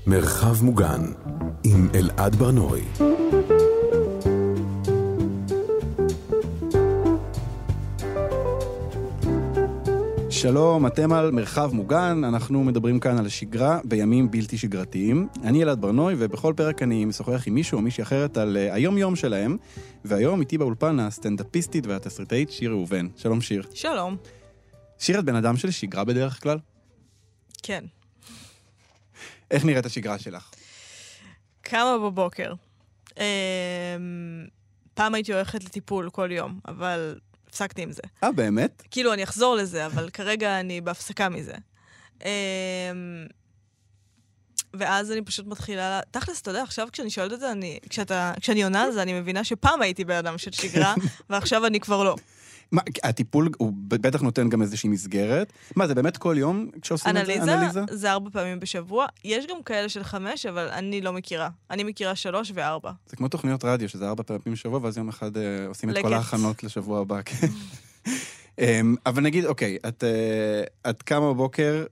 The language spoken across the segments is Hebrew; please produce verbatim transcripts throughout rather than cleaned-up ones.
מרחב מוגן עם אלעד ברנועי. שלום, אתם על מרחב מוגן, אנחנו מדברים כאן על השגרה בימים בלתי שגרתיים. אני אלעד ברנועי, ובכל פרק אני משוחח עם מישהו או מישהי אחרת על היום יום שלהם, והיום איתי באולפן הסטנדאפיסטית והתסריטאית שיר ראובן. שלום שיר. שלום. שיר, את בן אדם של שגרה בדרך כלל? כן. איך נראית השגרה שלך? כמה בבוקר. פעם הייתי הולכת לטיפול כל יום, אבל הפסקתי עם זה. אה, באמת? כאילו, אני אחזור לזה, אבל כרגע אני בהפסקה מזה. ואז אני פשוט מתחילה... תכלס, אתה יודע, עכשיו כשאני שואלת את זה, אני, כשאתה, כשאני עונה על זה, אני מבינה שפעם הייתי בן אדם של שגרה, ועכשיו אני כבר לא. מה, הטיפול הוא בטח נותן גם איזושהי מסגרת. מה, זה באמת כל יום כשעושים את זה? אנליזה? זה ארבע פעמים בשבוע. יש גם כאלה של חמש, אבל אני לא מכירה. אני מכירה שלוש וארבע. זה כמו תוכניות רדיו, שזה ארבע פעמים בשבוע, ואז יום אחד אה, עושים את כל ההכנות לשבוע הבא. אבל נגיד, אוקיי, את, אה, את קמה בבוקר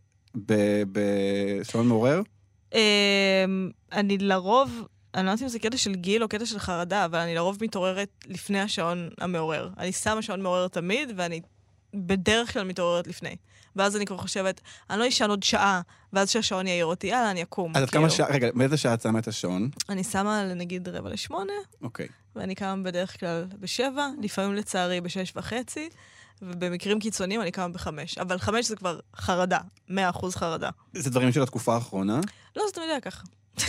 בשעון מעורר? אני לרוב... אני לא יודעת אם זה קטע של גיל או קטע של חרדה, אבל אני לרוב מתעוררת לפני השעון המעורר. אני שמה שעון מעורר תמיד, ואני בדרך כלל מתעוררת לפני. ואז אני כבר חושבת, אני לא אשן עוד שעה, ואז שהשעון יעיר אותי, יאללה, אני אקום. אז את כמה שעה, רגע, באיזה שעה את שמה את השעון? אני שמה לנגיד רבע לשמונה, אוקיי. ואני קמה בדרך כלל בשבע, לפעמים לצערי בשש וחצי, ובמקרים קיצוניים אני קמה בחמש. אבל חמש זה כבר חרדה, מאה אחוז חרדה. זה דברים של התקופה האחרונה? לא, זה תמיד היה ככה.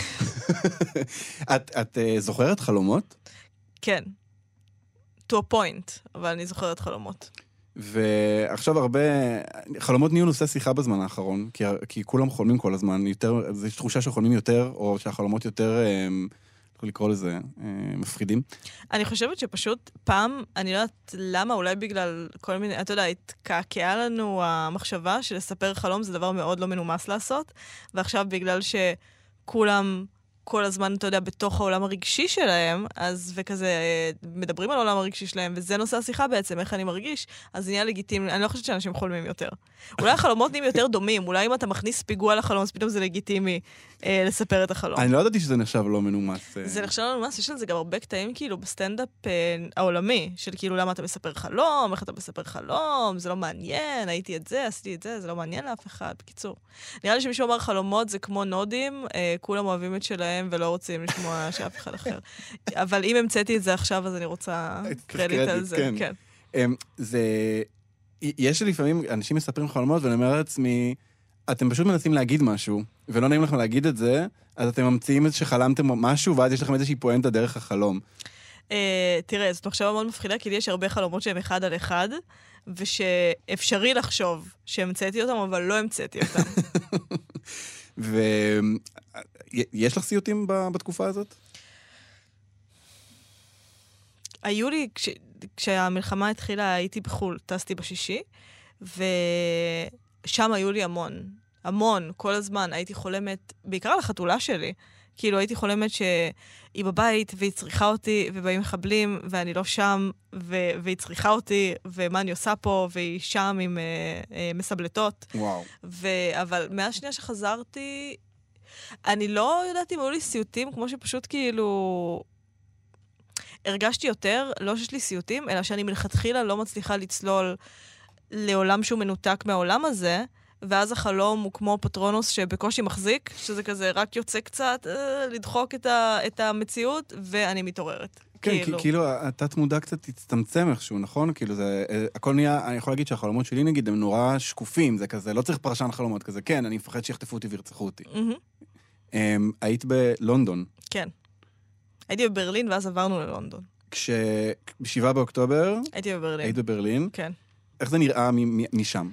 את, את uh, זוכרת חלומות? כן. To a point, אבל אני זוכרת חלומות. ועכשיו הרבה... חלומות נהיו נושא שיחה בזמן האחרון, כי, כי כולם חולמים כל הזמן. יותר, זו תחושה שחולמים יותר, או שהחלומות יותר, איך לקרוא לזה, מפחידים. אני חושבת שפשוט פעם, אני לא יודעת למה, אולי בגלל כל מיני... אתה יודע, התקעקעה לנו המחשבה שלספר חלום זה דבר מאוד לא מנומס לעשות, ועכשיו בגלל ש... כולם כל הזמן, אתה יודע, בתוך העולם הרגשי שלהם, אז וכזה, מדברים על העולם הרגשי שלהם, וזה נושא השיחה בעצם, איך אני מרגיש, אז זה נהיה לגיטימי. אני לא חושבת שאנשים חולמים יותר. אולי החלומות נהיים יותר דומים, אולי אם אתה מכניס פיגוע לחלום, אז פתאום זה לגיטימי אה, לספר את החלום. אני לא ידעתי שזה נחשב לא מנומס. זה נחשב לא מנומס, יש לזה גם הרבה קטעים כאילו בסטנדאפ אה, העולמי, של כאילו למה אתה מספר חלום, איך אתה מספר חלום, זה לא מעניין, הייתי את זה, עשיתי את זה, זה לא מעניין לאף אחד, בקיצור. נראה לי שמישהו אמר חלומות זה כמו נודים, אה, כולם אוהבים את שלהם ולא רוצים לשמוע שאף אחד אחר. אבל אם המצאתי את זה עכשיו, אז אני רוצה קרדיט על זה. כן. כן. זה... יש לפעמים, אנשים מספרים חלומות, ואני אומר לעצמי, אתם פשוט מנסים להגיד משהו, ולא נעים לכם להגיד את זה, אז אתם ממציאים את שחלמתם משהו, ואז יש לכם איזושהי פואנטה דרך החלום. תראה, זאת מחשבה מאוד מפחידה, כי יש הרבה חלומות שהם אחד על אחד, ושאפשרי לחשוב שהמצאתי אותם, אבל לא המצאתי אותם. ויש לך סיוטים בתקופה הזאת? היו לי, כש... כשהמלחמה התחילה הייתי בחול, טסתי בשישי, ושם היו לי המון, המון, כל הזמן. הייתי חולמת, בעיקר על החתולה שלי, כאילו הייתי חולמת שהיא בבית והיא צריכה אותי, ובאים מחבלים, ואני לא שם, ו- והיא צריכה אותי, ומה אני עושה פה, והיא שם עם uh, uh, מסבלטות. וואו. ו- אבל מהשנייה שחזרתי, אני לא יודעת אם היו לי סיוטים, כמו שפשוט כאילו... הרגשתי יותר, לא שיש לי סיוטים, אלא שאני מלכתחילה לא מצליחה לצלול לעולם שהוא מנותק מהעולם הזה, ואז החלום הוא כמו פטרונוס שבקושי מחזיק, שזה כזה רק יוצא קצת, אה, לדחוק את, ה, את המציאות, ואני מתעוררת. כן, כאילו. כי, כאילו, התת מודע קצת הצטמצם איכשהו, נכון? כאילו זה, הכל נהיה, אני יכול להגיד שהחלומות שלי נגיד, הם נורא שקופים, זה כזה, לא צריך פרשן חלומות כזה, כן, אני מפחד שיחטפו אותי וירצחו אותי. Mm-hmm. היית בלונדון. כן. הייתי בברלין, ואז עברנו ללונדון. כש... בשבעה באוקטובר... הייתי בברלין. היית בברלין? כן. איך זה נראה משם?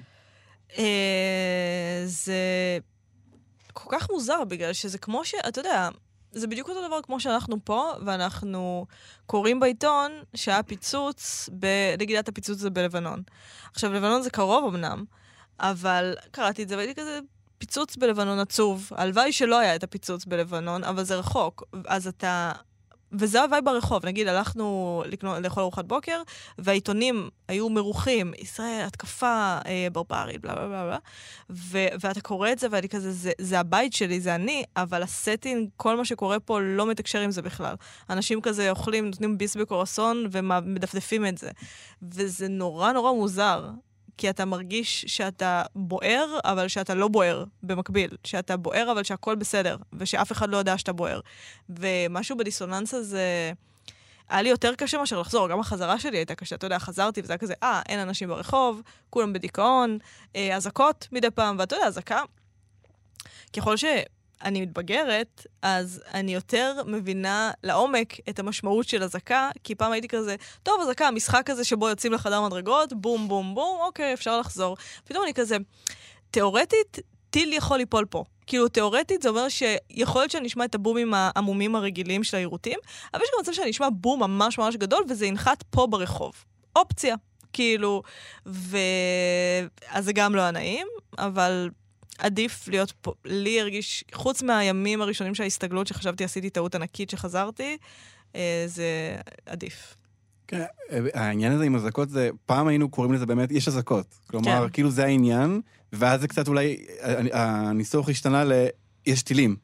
זה כל כך מוזר, בגלל שזה כמו ש... אתה יודע, זה בדיוק אותו דבר כמו שאנחנו פה, ואנחנו קוראים בעיתון שהיה פיצוץ, נגידת הפיצוץ זה בלבנון. עכשיו, לבנון זה קרוב אמנם, אבל קראתי את זה, והייתי כזה... פיצוץ בלבנון עצוב. הלוואי שלא היה את הפיצוץ בלבנון, אבל זה רחוק. אז אתה וזה הווי ברחוב. נגיד, הלכנו לקנות, לאכול ארוחת בוקר, והעיתונים היו מרוחים, ישראל, התקפה, אה, ברברית, בלה בלה בלה, ו- ואתה קורא את זה, ואני כזה, זה, זה הבית שלי, זה אני, אבל הסטינג, כל מה שקורה פה לא מתקשר עם זה בכלל. אנשים כזה אוכלים, נותנים ביס בקורסון, ומדפדפים את זה. וזה נורא נורא מוזר. כי אתה מרגיש שאתה בוער, אבל שאתה לא בוער במקביל. שאתה בוער, אבל שהכל בסדר, ושאף אחד לא יודע שאתה בוער. ומשהו בדיסוננס הזה, היה לי יותר קשה מאשר לחזור. גם החזרה שלי הייתה קשה. אתה יודע, חזרתי, וזה היה כזה, אה, אין אנשים ברחוב, כולם בדיכאון, אה, הזקות מדי פעם, ואתה יודע, הזקה, ככל שאני מתבגרת, אז אני יותר מבינה לעומק את המשמעות של הזקה, כי פעם הייתי כזה, טוב, הזקה, המשחק הזה שבו יוצאים לחדר מדרגות, בום, בום, בום, אוקיי, אפשר לחזור. פתאום אני כזה, תיאורטית, טיל יכול ליפול פה. כאילו, תיאורטית, זה אומר שיכול להיות שאני אשמע את הבומים העמומים הרגילים של העירותים, אבל יש גם מצב שאני אשמע בום ממש ממש גדול, וזה ינחת פה ברחוב. אופציה. כאילו, ו... אז זה גם לא הנעים, אבל עדיף להיות פה, לי הרגיש, חוץ מהימים הראשונים של ההסתגלות שחשבתי עשיתי טעות ענקית שחזרתי, זה עדיף. כן, העניין הזה עם הזקות זה, פעם היינו קוראים לזה באמת, יש הזקות. כלומר, כאילו זה העניין, ואז זה קצת אולי, הניסוח השתנה ל, יש טילים.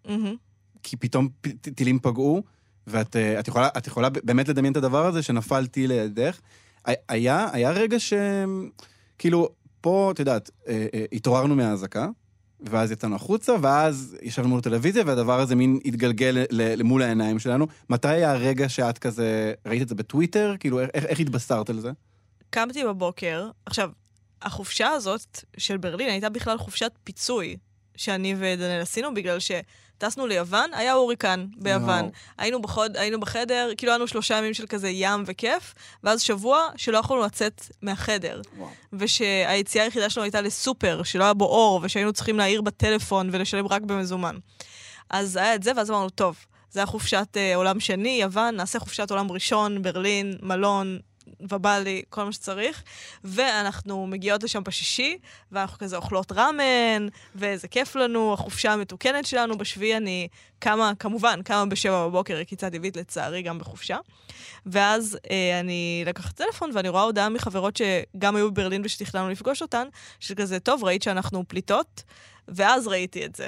כי פתאום טילים פגעו, ואת יכולה, את יכולה באמת לדמיין את הדבר הזה, שנפל טיל לידך. היה, היה רגע ש, כאילו, פה, את יודעת, התעוררנו מההזקה, ואז יצאנו החוצה, ואז ישבנו מול הטלוויזיה, והדבר הזה מין התגלגל למול העיניים שלנו. מתי היה הרגע שאת כזה, ראית את זה בטוויטר? כאילו, איך, איך התבשרת על זה? קמתי בבוקר. עכשיו, החופשה הזאת של ברלין הייתה בכלל חופשת פיצוי, שאני ודניאל עשינו, בגלל שטסנו ליוון, היה הוריקן ביוון. היינו, בחוד, היינו בחדר, כאילו היינו שלושה ימים של כזה ים וכיף, ואז שבוע שלא יכולנו לצאת מהחדר. וואו. ושהיציאה היחידה שלנו הייתה לסופר, שלא היה בו אור, ושהיינו צריכים להעיר בטלפון ולשלם רק במזומן. אז היה את זה, ואז אמרנו, טוב, זה היה חופשת אה, עולם שני, יוון, נעשה חופשת עולם ראשון, ברלין, מלון, ובלי, כל מה שצריך, ואנחנו מגיעות לשם בשישי, ואנחנו כזה אוכלות רמן, ואיזה כיף לנו, החופשה המתוקנת שלנו, בשביעי אני כמה, כמובן, כמה בשבע בבוקר, רקיצה טבעית לצערי גם בחופשה, ואז אה, אני לקחת טלפון, ואני רואה הודעה מחברות שגם היו בברלין ושתכננו לפגוש אותן, שכזה, טוב, ראית שאנחנו פליטות, ואז ראיתי את זה,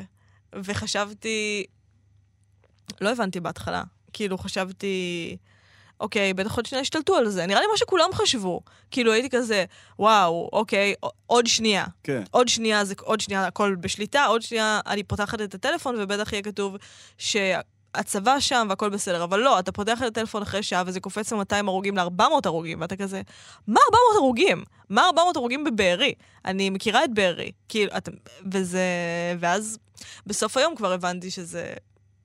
וחשבתי, לא הבנתי בהתחלה, כאילו חשבתי, אוקיי, בטח עוד שנייה השתלטו על זה. נראה לי מה שכולם חשבו. כאילו הייתי כזה, וואו, אוקיי, עוד שנייה. כן. עוד שנייה, זה עוד שנייה, הכל בשליטה, עוד שנייה אני פותחת את הטלפון, ובטח יהיה כתוב שהצבא שם והכל בסדר. אבל לא, אתה פותח את הטלפון אחרי שעה, וזה קופץ מ-מאתיים הרוגים ל-ארבע מאות הרוגים, ואתה כזה, מה ארבע מאות הרוגים? מה ארבע מאות הרוגים בבארי? אני מכירה את בארי. כאילו, אתה, וזה, ואז בסוף היום כבר הבנתי שזה,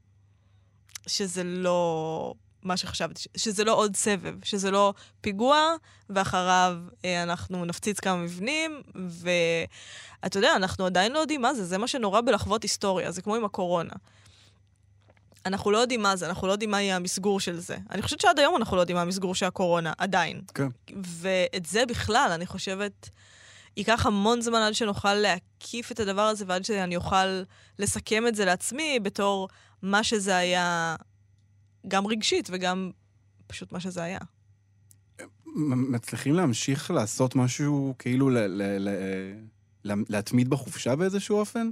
שזה לא מה שחשבתי, שזה לא עוד סבב, שזה לא פיגוע, ואחריו אה, אנחנו נפציץ כמה מבנים, ואתה יודע, אנחנו עדיין לא יודעים מה זה, זה מה שנורא בלחוות היסטוריה, זה כמו עם הקורונה. אנחנו לא יודעים מה זה, אנחנו לא יודעים מה יהיה המסגור של זה. אני חושבת שעד היום אנחנו לא יודעים מה המסגור של הקורונה, עדיין. כן. ואת זה בכלל, אני חושבת, ייקח המון זמן עד שנוכל להקיף את הדבר הזה, ועד שאני אוכל לסכם את זה לעצמי, בתור מה שזה היה גם רגשית וגם פשוט מה שזה היה. מצליחים להמשיך לעשות משהו, כאילו ל- ל- ל- להתמיד בחופשה באיזשהו אופן?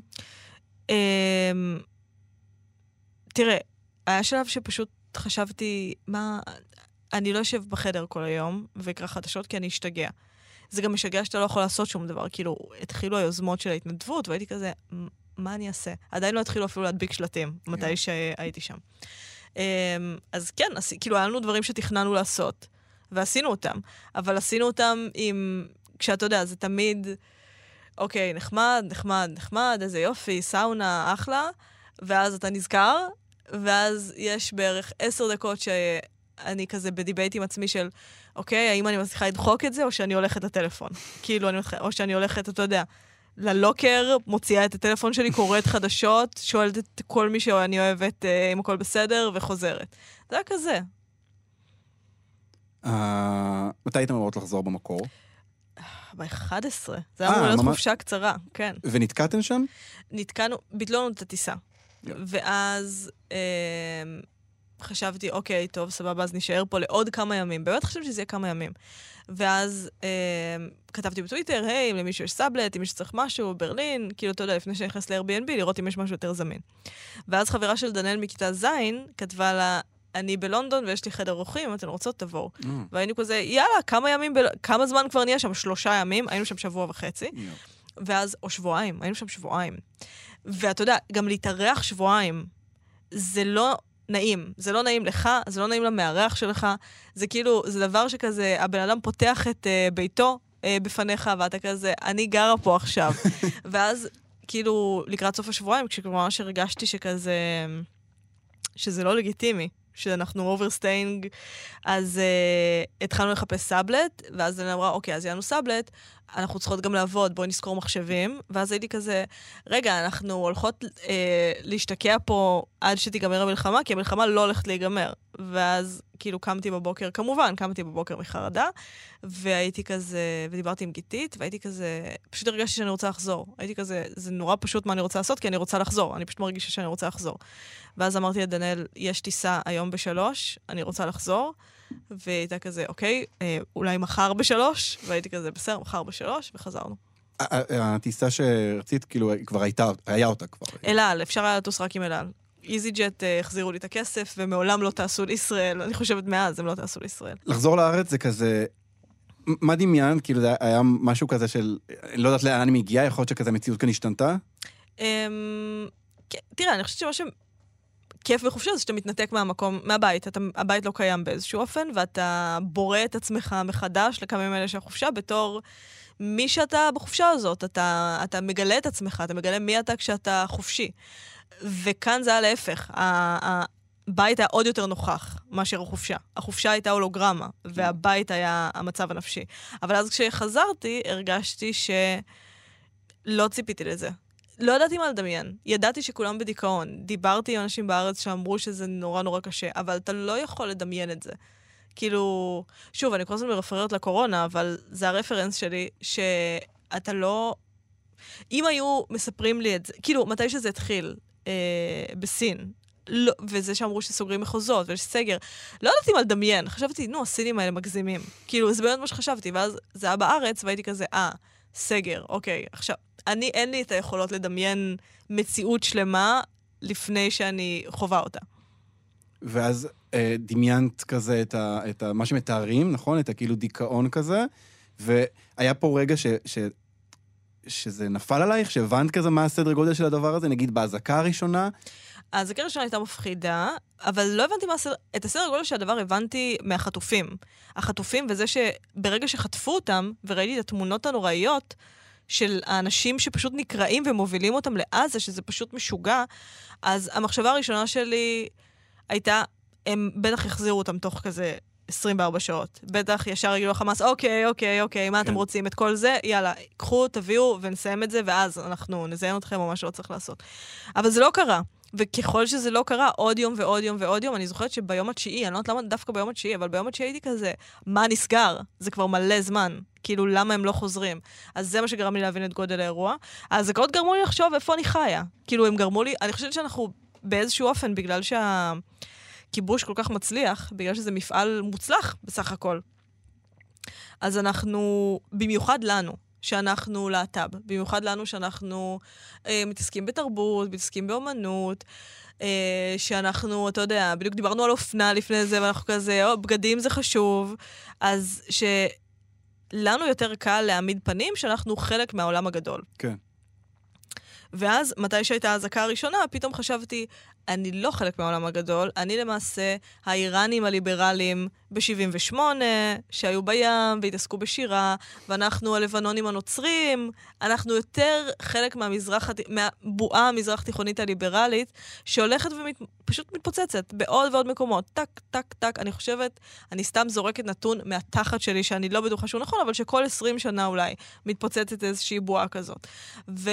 תראה, היה שלב שפשוט חשבתי, מה, אני לא יושב בחדר כל היום ויקרא חדשות כי אני אשתגע. זה גם משגע שאתה לא יכול לעשות שום דבר. כאילו, התחילו היוזמות של ההתנדבות, והייתי כזה, מה אני אעשה? עדיין לא התחילו אפילו להדביק שלטים, מתי שהייתי שם. אז כן, כאילו, היה לנו דברים שתכננו לעשות, ועשינו אותם. אבל עשינו אותם עם, כשאתה יודע, זה תמיד, אוקיי, נחמד, נחמד, נחמד, איזה יופי, סאונה, אחלה, ואז אתה נזכר, ואז יש בערך עשר דקות שאני כזה בדיבייט עם עצמי של, אוקיי, האם אני מצליחה לדחוק את זה, או שאני הולכת לטלפון? כאילו, אני, או שאני הולכת, אתה יודע, ללוקר, מוציאה את הטלפון שלי, קוראת חדשות, שואלת את כל מי שאני אוהבת, אה, אם הכל בסדר, וחוזרת. זה היה כזה. Uh, מתי הייתם אמורות לחזור במקור? ב-אחד עשרה. זה היה אמור להיות חופשה קצרה, כן. ונתקעתם שם? נתקענו, ביטלו לנו את הטיסה. ואז, אה, חשבתי, אוקיי, טוב, סבבה, אז נשאר פה לעוד כמה ימים. באמת חשבתי שזה יהיה כמה ימים. ואז אה, כתבתי בטוויטר, היי, אם למישהו יש סאבלט, אם מישהו צריך משהו, ברלין, כאילו, אתה יודע, לפני שאני נכנס ל-Airbnb, לראות אם יש משהו יותר זמין. ואז חברה של דניאל מכיתה זין, כתבה לה, אני בלונדון ויש לי חדר אורחים, אתן רוצות תבואו. Mm. והיינו כזה, יאללה, כמה ימים, ב... כמה זמן כבר נהיה שם? שלושה ימים, היינו שם שבוע וחצי. Yeah. ואז, או שבועיים, היינו שם שבועיים. ואתה יודע, גם להתארח שבועיים, זה לא נעים. זה לא נעים לך, זה לא נעים למארח שלך. זה כאילו, זה דבר שכזה, הבן אדם פותח את uh, ביתו uh, בפניך, ואתה כזה, אני גרה פה עכשיו. ואז, כאילו, לקראת סוף השבועיים, כשממש הרגשתי שכזה, שזה לא לגיטימי. שאנחנו אוברסטיינג, אז uh, התחלנו לחפש סאבלט, ואז אני אמרה, אוקיי, אז יהיה לנו סאבלט, אנחנו צריכות גם לעבוד, בואי נזכור מחשבים, ואז הייתי כזה, רגע, אנחנו הולכות uh, להשתקע פה עד שתיגמר המלחמה, כי המלחמה לא הולכת להיגמר. ואז כאילו קמתי בבוקר, כמובן, קמתי בבוקר מחרדה, והייתי כזה, ודיברתי עם גיתית, והייתי כזה, פשוט הרגשתי שאני רוצה לחזור. הייתי כזה, זה נורא פשוט מה אני רוצה לעשות, כי אני רוצה לחזור. אני פשוט מרגישה שאני רוצה לחזור. ואז אמרתי לדניאל, יש טיסה היום בשלוש, אני רוצה לחזור, והייתה כזה, אוקיי, אולי מחר בשלוש, והייתי כזה, בסדר, מחר בשלוש, וחזרנו. הטיסה שרצית, כאילו, כבר הייתה, היה אותה כבר. אלעל, אפשר היה לטוס רק עם אלעל. איזי ג'ט החזירו לי את הכסף, ומעולם לא תעשו לישראל. אני חושבת מאז, הם לא תעשו לישראל. לחזור לארץ זה כזה, מה דמיין? כאילו זה היה משהו כזה של, לא יודעת לאן אני מגיעה, יכול להיות שכזה מציאות כאן השתנתה? תראה, אני חושבת שמה שכיף בחופשה זה שאתה מתנתק מהמקום, מהבית. הבית לא קיים באיזשהו אופן, ואתה בורא את עצמך מחדש לכמה ימים האלה של החופשה, בתור מי שאתה בחופשה הזאת. אתה, אתה מגלה את עצמך, אתה מגלה מי אתה כשאתה חופשי. וכאן זה היה להפך. הבית היה עוד יותר נוכח מאשר החופשה. החופשה הייתה הולוגרמה, והבית היה המצב הנפשי. אבל אז כשחזרתי, הרגשתי שלא ציפיתי לזה. לא ידעתי מה לדמיין. ידעתי שכולם בדיכאון. דיברתי עם אנשים בארץ שאמרו שזה נורא נורא קשה, אבל אתה לא יכול לדמיין את זה. כאילו, שוב, אני כל הזמן מרפררת לקורונה, אבל זה הרפרנס שלי, שאתה לא... אם היו מספרים לי את זה, כאילו, מתי שזה התחיל, אה, בסין, לא, וזה שאמרו שסוגרים מחוזות, ויש סגר, לא ידעתי מה לדמיין. חשבתי, נו, הסינים האלה מגזימים. כאילו, זה באמת מה שחשבתי, ואז זה היה בארץ, והייתי כזה, אה, סגר, אוקיי. עכשיו, אני, אין לי את היכולות לדמיין מציאות שלמה, לפני שאני חובה אותה. ואז אה, דמיינת כזה את, ה, את ה, מה שמתארים, נכון? את הכאילו דיכאון כזה, והיה פה רגע ש... ש שזה נפל עלייך, שהבנת כזה מה הסדר גודל של הדבר הזה, נגיד בהזקה הראשונה? ההזקה הראשונה הייתה מפחידה, אבל לא הבנתי מה הסדר, את הסדר גודל של הדבר הבנתי מהחטופים. החטופים וזה שברגע שחטפו אותם, וראיתי את התמונות הנוראיות של האנשים שפשוט נקראים ומובילים אותם לעזה, שזה פשוט משוגע, אז המחשבה הראשונה שלי הייתה, הם בטח יחזירו אותם תוך כזה עשרים וארבע שעות. בטח ישר יגידו לחמאס, אוקיי, אוקיי, אוקיי, מה אתם רוצים? את כל זה? יאללה, קחו, תביאו ונסיים את זה, ואז אנחנו נזיין אתכם או מה שלא צריך לעשות. אבל זה לא קרה. וככל שזה לא קרה, עוד יום ועוד יום ועוד יום, אני זוכרת שביום התשיעי, אני לא יודעת למה דווקא ביום התשיעי, אבל ביום התשיעי הייתי כזה, מה נסגר? זה כבר מלא זמן. כאילו, למה הם לא חוזרים? אז זה מה שגרם לי להבין את גודל האירוע. אז הזקות גרמו לי לחשוב איפה אני חיה. כאילו, הם גרמו לי, אני חושבת שאנחנו באיזשהו אופן, בגלל שה... כיבוש כל כך מצליח, בגלל שזה מפעל מוצלח בסך הכל. אז אנחנו, במיוחד לנו, שאנחנו להט"ב, במיוחד לנו שאנחנו אה, מתעסקים בתרבות, מתעסקים באומנות, אה, שאנחנו, אתה יודע, בדיוק דיברנו על אופנה לפני זה, ואנחנו כזה, או, בגדים זה חשוב, אז שלנו יותר קל להעמיד פנים שאנחנו חלק מהעולם הגדול. כן. ואז, מתי שהייתה ההזקה הראשונה, פתאום חשבתי, אני לא חלק מהעולם הגדול, אני למעשה האיראנים הליברליים ב-שבעים ושמונה, שהיו בים והתעסקו בשירה, ואנחנו הלבנונים הנוצרים, אנחנו יותר חלק מהמזרח, מהבועה המזרח תיכונית הליברלית, שהולכת ופשוט מתפוצצת בעוד ועוד מקומות. טק, טק, טק, אני חושבת, אני סתם זורקת נתון מהתחת שלי, שאני לא בטוחה שהוא נכון, אבל שכל עשרים שנה אולי מתפוצצת איזושהי בועה כזאת. ו...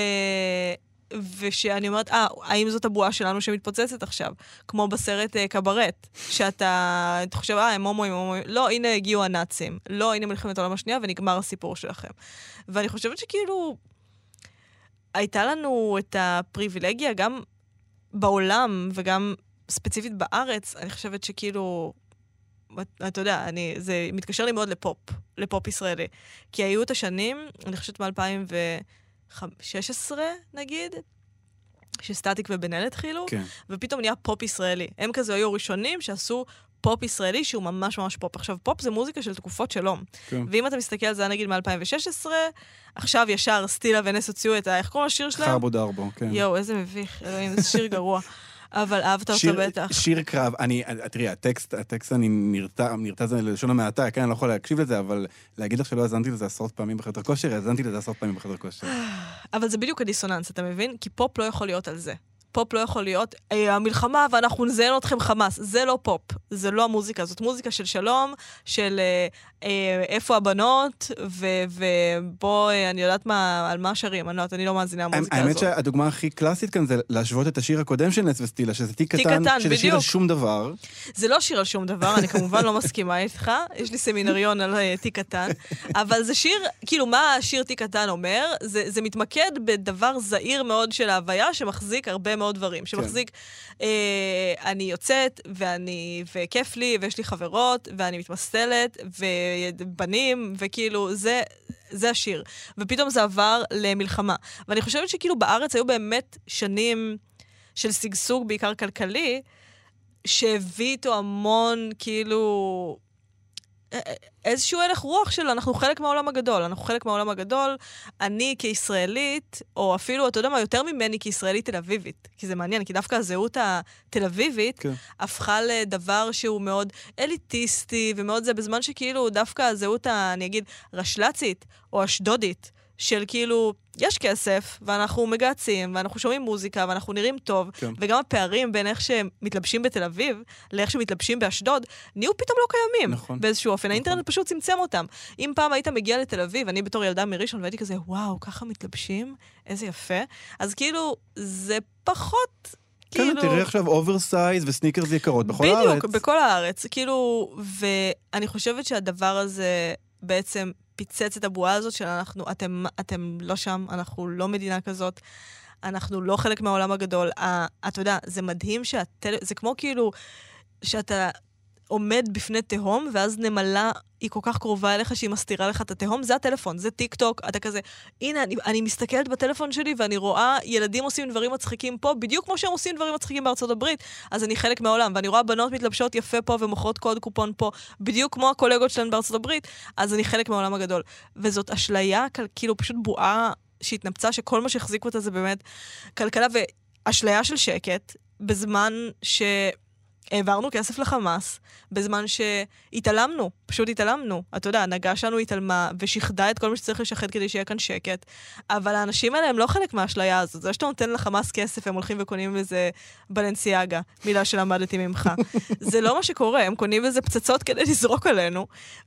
ושאני אומרת, אה, האם זאת הבועה שלנו שמתפוצצת עכשיו? כמו בסרט uh, קברט, שאתה אתה חושב, אה, הם הומואים, הומואים. לא, הנה הגיעו הנאצים. לא, הנה מלחמת העולם השנייה, ונגמר הסיפור שלכם. ואני חושבת שכאילו, הייתה לנו את הפריבילגיה גם בעולם, וגם ספציפית בארץ, אני חושבת שכאילו, אתה יודע, אני, זה מתקשר לי מאוד לפופ, לפופ ישראלי. כי היו את השנים, אני חושבת מ-אלפיים ושש עשרה נגיד, שסטטיק ובן-אל התחילו, כן. ופתאום נהיה פופ ישראלי. הם כזה היו ראשונים שעשו פופ ישראלי שהוא ממש ממש פופ. עכשיו, פופ זה מוזיקה של תקופות שלום. כן. ואם אתה מסתכל על זה, נגיד מ-אלפיים ושש עשרה, עכשיו ישר סטילה ונס הוציאו את ה... איך קוראים לשיר שלהם? חרבו דרבו, כן. יואו, איזה מביך, אלוהים, זה שיר גרוע. אבל אהבת אותו שיר, בטח. שיר קרב, אני, תראי, הטקסט, הטקסט אני נרתע, נרתע זה ללשון המעטה, כן, אני לא יכול להקשיב לזה, אבל להגיד לך שלא הזנתי לזה עשרות פעמים בחדר כושר, הזנתי לזה עשרות פעמים בחדר כושר. אבל זה בדיוק הדיסוננס, אתה מבין? כי פופ לא יכול להיות על זה. פופ לא יכול להיות, המלחמה ואנחנו נזיין אתכם חמאס. זה לא פופ, זה לא המוזיקה. זאת מוזיקה של שלום, של אה, אה, איפה הבנות, ובוא, אה, אני יודעת מה, על מה שרים, אני לא, אני לא מאזינה המוזיקה הזאת. האמת שהדוגמה הכי קלאסית כאן זה להשוות את השיר הקודם של נס וסטילה, שזה תיק קטן, שזה שיר על שום דבר. זה לא שיר על שום דבר, אני כמובן לא מסכימה איתך, יש לי סמינריון על תיק קטן, אבל זה שיר, כאילו מה השיר תיק קטן אומר? זה, זה מתמקד בדבר זהיר מאוד של ההוויה, שמחזיק הרבה מאוד דברים, שמחזיק, אה, אני יוצאת, ואני, וכיף לי, ויש לי חברות, ואני מתמסטלת, ובנים, וכאילו, זה, זה השיר. ופתאום זה עבר למלחמה. ואני חושבת שכאילו בארץ היו באמת שנים של סגסוג, בעיקר כלכלי, שהביא איתו המון, כאילו, איזשהו הלך רוח של אנחנו חלק מהעולם הגדול, אנחנו חלק מהעולם הגדול, אני כישראלית, או אפילו, אתה יודע מה, יותר ממני כישראלית תל אביבית, כי זה מעניין, כי דווקא הזהות התל אביבית, כן. הפכה לדבר שהוא מאוד אליטיסטי, ומאוד זה בזמן שכאילו דווקא הזהות, אני אגיד, רשלצית, או אשדודית, של כאילו, יש כסף, ואנחנו מגעצים, ואנחנו שומעים מוזיקה, ואנחנו נראים טוב, כן. וגם הפערים בין איך שמתלבשים בתל אביב, לאיך שמתלבשים באשדוד, נהיו פתאום לא קיימים, נכון. באיזשהו אופן. נכון. האינטרנט פשוט צמצם אותם. אם פעם היית מגיע לתל אביב, אני בתור ילדה מראשון, והייתי כזה, וואו, ככה מתלבשים, איזה יפה. אז כאילו, זה פחות... כן, כאילו... תראי עכשיו אוברסייז וסניקרס יקרות בכל בדיוק, הארץ. בדיוק, בכל הארץ. כאילו, ואני חושבת שהדבר הזה בעצם פיצץ את הבועה הזאת של אנחנו, אתם, אתם לא שם, אנחנו לא מדינה כזאת, אנחנו לא חלק מהעולם הגדול. אתה יודע, זה מדהים שהטל... זה כמו כאילו שאתה עומד בפני תהום, ואז נמלה היא כל כך קרובה אליך שהיא מסתירה לך את התהום, זה הטלפון, זה טיק טוק, אתה כזה, הנה, אני, אני מסתכלת בטלפון שלי, ואני רואה ילדים עושים דברים מצחיקים פה, בדיוק כמו שהם עושים דברים מצחיקים בארצות הברית, אז אני חלק מהעולם, ואני רואה בנות מתלבשות יפה פה, ומוכרות קוד קופון פה, בדיוק כמו הקולגות שלנו בארצות הברית, אז אני חלק מהעולם הגדול. וזאת אשליה, כאילו פשוט בועה שהתנפצה, שכל מה שהחזיק אותה זה באמת כלכלה ואשליה של שקט, בזמן ש... העברנו כסף לחמאס, בזמן שהתעלמנו, פשוט התעלמנו. אתה יודע, הנהגה שלנו התעלמה ושחדה את כל מה שצריך לשחד כדי שיהיה כאן שקט. אבל האנשים האלה הם לא חלק מהאשליה הזאת. זה שאתה נותן לחמאס כסף, הם הולכים וקונים בזה בלנסיאגה, מילה שלמדתי ממך. זה לא מה שקורה, הם קונים בזה פצצות כדי לזרוק עלינו.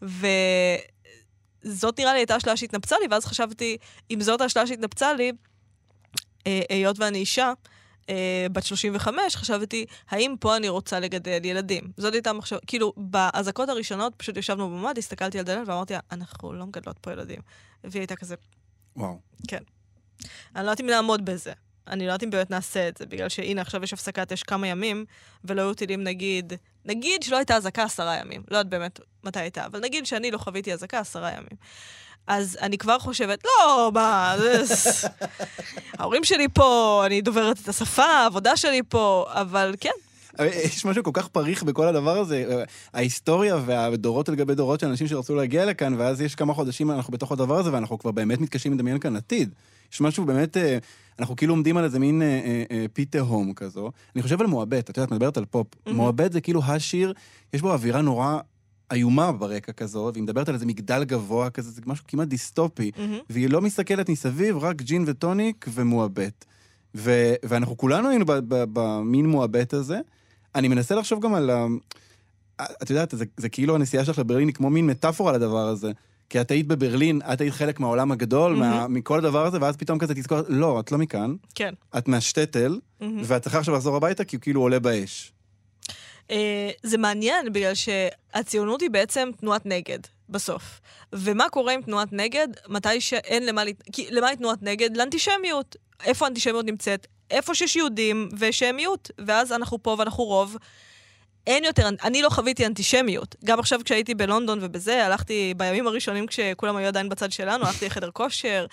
וזאת נראה לי הייתה השלעה שהתנפצה לי, ואז חשבתי, אם זאת ההשלעה שהתנפצה לי, היות ואני אישה, Uh, בת שלושים וחמש, חשבתי, האם פה אני רוצה לגדל ילדים? זאת הייתה מחשב... כאילו, בהזקות הראשונות, פשוט ישבנו בממד, הסתכלתי על דלן, ואמרתי, אנחנו לא מגדלות פה ילדים. והיא הייתה כזה... וואו. כן. אני לא יודעת אם נעמוד בזה. אני לא יודעת אם באמת נעשה את זה, בגלל שהנה, עכשיו יש הפסקת, יש כמה ימים, ולא היו טילים, נגיד... נגיד שלא הייתה הזקה עשרה ימים. לא יודעת באמת מתי הייתה, אבל נגיד שאני לא חוויתי הזקה עשרה ימים. אז אני כבר חושבת, לא, מה, זה... ההורים שלי פה, אני דוברת את השפה, העבודה שלי פה, אבל כן. יש משהו כל כך פריך בכל הדבר הזה, ההיסטוריה והדורות על גבי דורות של אנשים שרצו להגיע לכאן, ואז יש כמה חודשים אנחנו בתוך הדבר הזה, ואנחנו כבר באמת מתקשים לדמיין כאן עתיד. יש משהו באמת, אנחנו כאילו עומדים על איזה מין פי תהום כזו. אני חושב על מועבט, את יודעת, מדברת על פופ. מועבט זה כאילו השיר, יש בו אווירה נורא... איומה ברקע כזו, והיא מדברת על איזה מגדל גבוה כזה, זה משהו כמעט דיסטופי, mm-hmm. והיא לא מסתכלת מסביב, רק ג'ין וטוניק ומועבט. ו- ואנחנו כולנו היינו במין מועבט הזה. אני מנסה לחשוב גם על... את יודעת, זה, זה כאילו הנסיעה שלך לברלין, כמו מין מטאפורה לדבר הזה. כי את היית בברלין, את היית חלק מהעולם הגדול, mm-hmm. מה, מכל הדבר הזה, ואז פתאום כזה תזכור, לא, את לא מכאן. כן. את מהשטטל, mm-hmm. ואת צריכה עכשיו לחזור הביתה, כי הוא כאילו עולה באש. Uh, זה מעניין, בגלל שהציונות היא בעצם תנועת נגד, בסוף. ומה קורה עם תנועת נגד? מתי שאין למה... כי למה היא תנועת נגד? לאנטישמיות. איפה האנטישמיות נמצאת? איפה שיש יהודים ושהם מיעוט, ואז אנחנו פה ואנחנו רוב. אין יותר, אני לא חוויתי אנטישמיות. גם עכשיו כשהייתי בלונדון ובזה, הלכתי בימים הראשונים כשכולם היו עדיין בצד שלנו, הלכתי לחדר כושר,